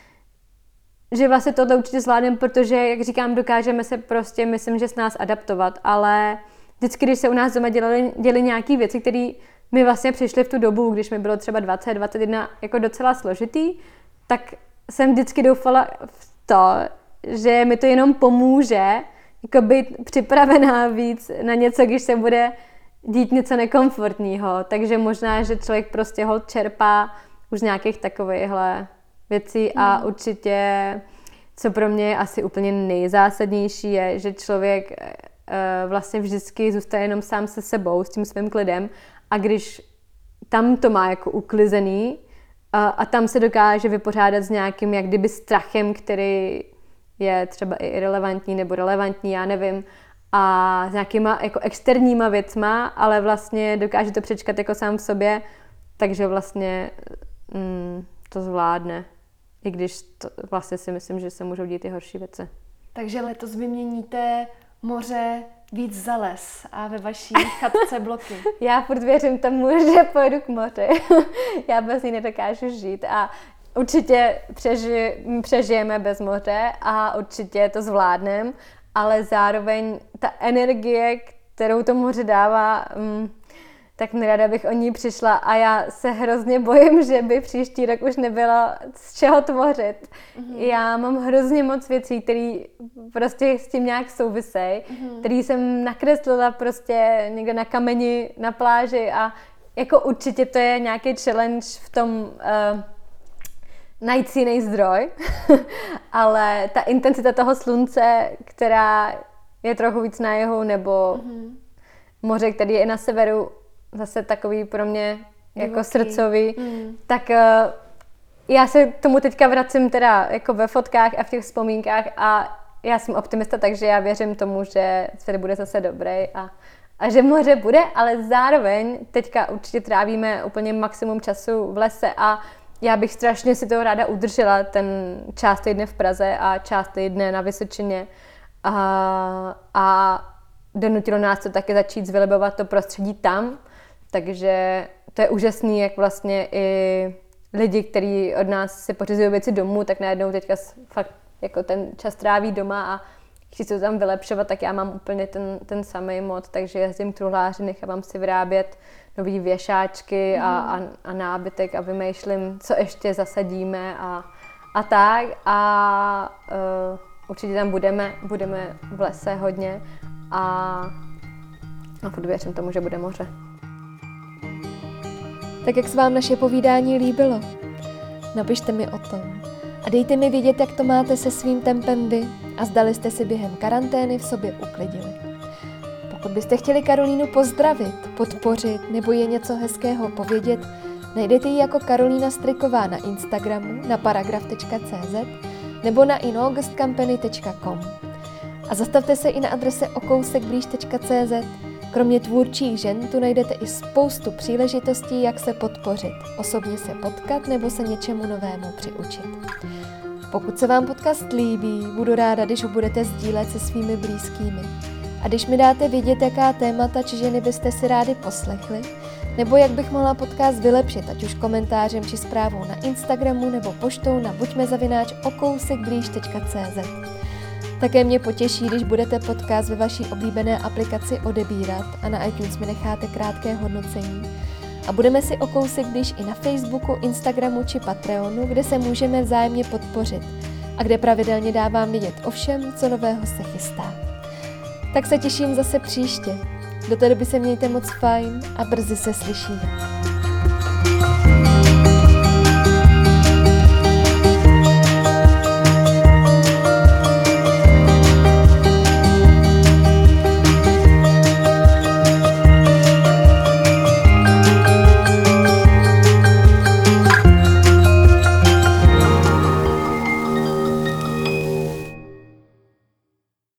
vlastně tohle určitě zvládneme, protože, jak říkám, dokážeme se prostě, myslím, že s nás adaptovat, ale vždycky, když se u nás doma děly nějaké věci, které mi vlastně přišly v tu dobu, když mi bylo třeba 20, 21 jako docela složitý, tak jsem vždycky doufala v to, že mi to jenom pomůže jako být připravená víc na něco, když se bude dít něco nekomfortního. Takže možná, že člověk prostě holt čerpá už z nějakých takovýchhle věcí a určitě, co pro mě je asi úplně nejzásadnější, je, že člověk vlastně vždycky zůstane jenom sám se sebou, s tím svým klidem a když tam to má jako uklizený a tam se dokáže vypořádat s nějakým jak kdyby strachem, který je třeba i irelevantní nebo relevantní, já nevím, a s nějakýma jako externíma věcma, ale vlastně dokáže to přečkat jako sám v sobě, takže vlastně to zvládne. I když to vlastně si myslím, že se můžou dít i horší věci. Takže letos vyměníte moře víc za les a ve vaší chatce bloky. Já furt věřím tomu, že pojedu k moři. Já bez ní nedokážu žít a určitě přežijeme bez moře a určitě to zvládneme, ale zároveň ta energie, kterou to moře dává, tak nerada bych o ní přišla a já se hrozně bojím, že by příští rok už nebylo z čeho tvořit. Já mám hrozně moc věcí, které prostě s tím nějak souvisejí, které jsem nakreslila prostě někde na kameni, na pláži a jako určitě to je nějaký challenge v tom najít si jiný zdroj, ale ta intenzita toho slunce, která je trochu víc na jihu, nebo moře, který je na severu, zase takový pro mě jako srdcový, tak já se tomu teďka vracím teda jako ve fotkách a v těch vzpomínkách a já jsem optimista, takže já věřím tomu, že svět bude zase dobrý a že moře bude, ale zároveň teďka určitě trávíme úplně maximum času v lese a já bych strašně si toho ráda udržela ten část týdne v Praze a část týdne na Vysočině a donutilo nás to taky začít zvylebovat to prostředí tam, takže to je úžasný, jak vlastně i lidi, kteří od nás si pořizují věci domů, tak najednou teďka fakt jako ten čas tráví doma a chci se tam vylepšovat, tak já mám úplně ten samý mod, takže jezdím k truhláři, nechávám si vyrábět nový věšáčky a nábytek a vymýšlím, co ještě zasadíme a tak. A určitě tam budeme v lese hodně a furt věřím tomu, že bude moře. Tak jak se vám naše povídání líbilo? Napište mi o tom. A dejte mi vědět, jak to máte se svým tempem vy a zdali jste si během karantény v sobě uklidili. Pokud byste chtěli Karolínu pozdravit, podpořit nebo je něco hezkého povědět, najdete ji jako Karolína Striková na Instagramu na paragraf.cz nebo na inaugustcompany.com. A zastavte se i na adrese okousekblíž.cz. Kromě tvůrčích žen tu najdete i spoustu příležitostí, jak se podpořit, osobně se potkat nebo se něčemu novému přiučit. Pokud se vám podcast líbí, budu ráda, když ho budete sdílet se svými blízkými. A když mi dáte vědět, jaká témata či ženy byste si rádi poslechli, nebo jak bych mohla podcast vylepšit, ať už komentářem či zprávou na Instagramu nebo poštou na buďmezavinač@okousekblíž.cz. Také mě potěší, když budete podcast ve vaší oblíbené aplikaci odebírat a na iTunes mi necháte krátké hodnocení. A budeme si o kousek blíž i na Facebooku, Instagramu či Patreonu, kde se můžeme vzájemně podpořit a kde pravidelně dávám vědět o všem, co nového se chystá. Tak se těším zase příště. Do té doby se mějte moc fajn a brzy se slyšíme.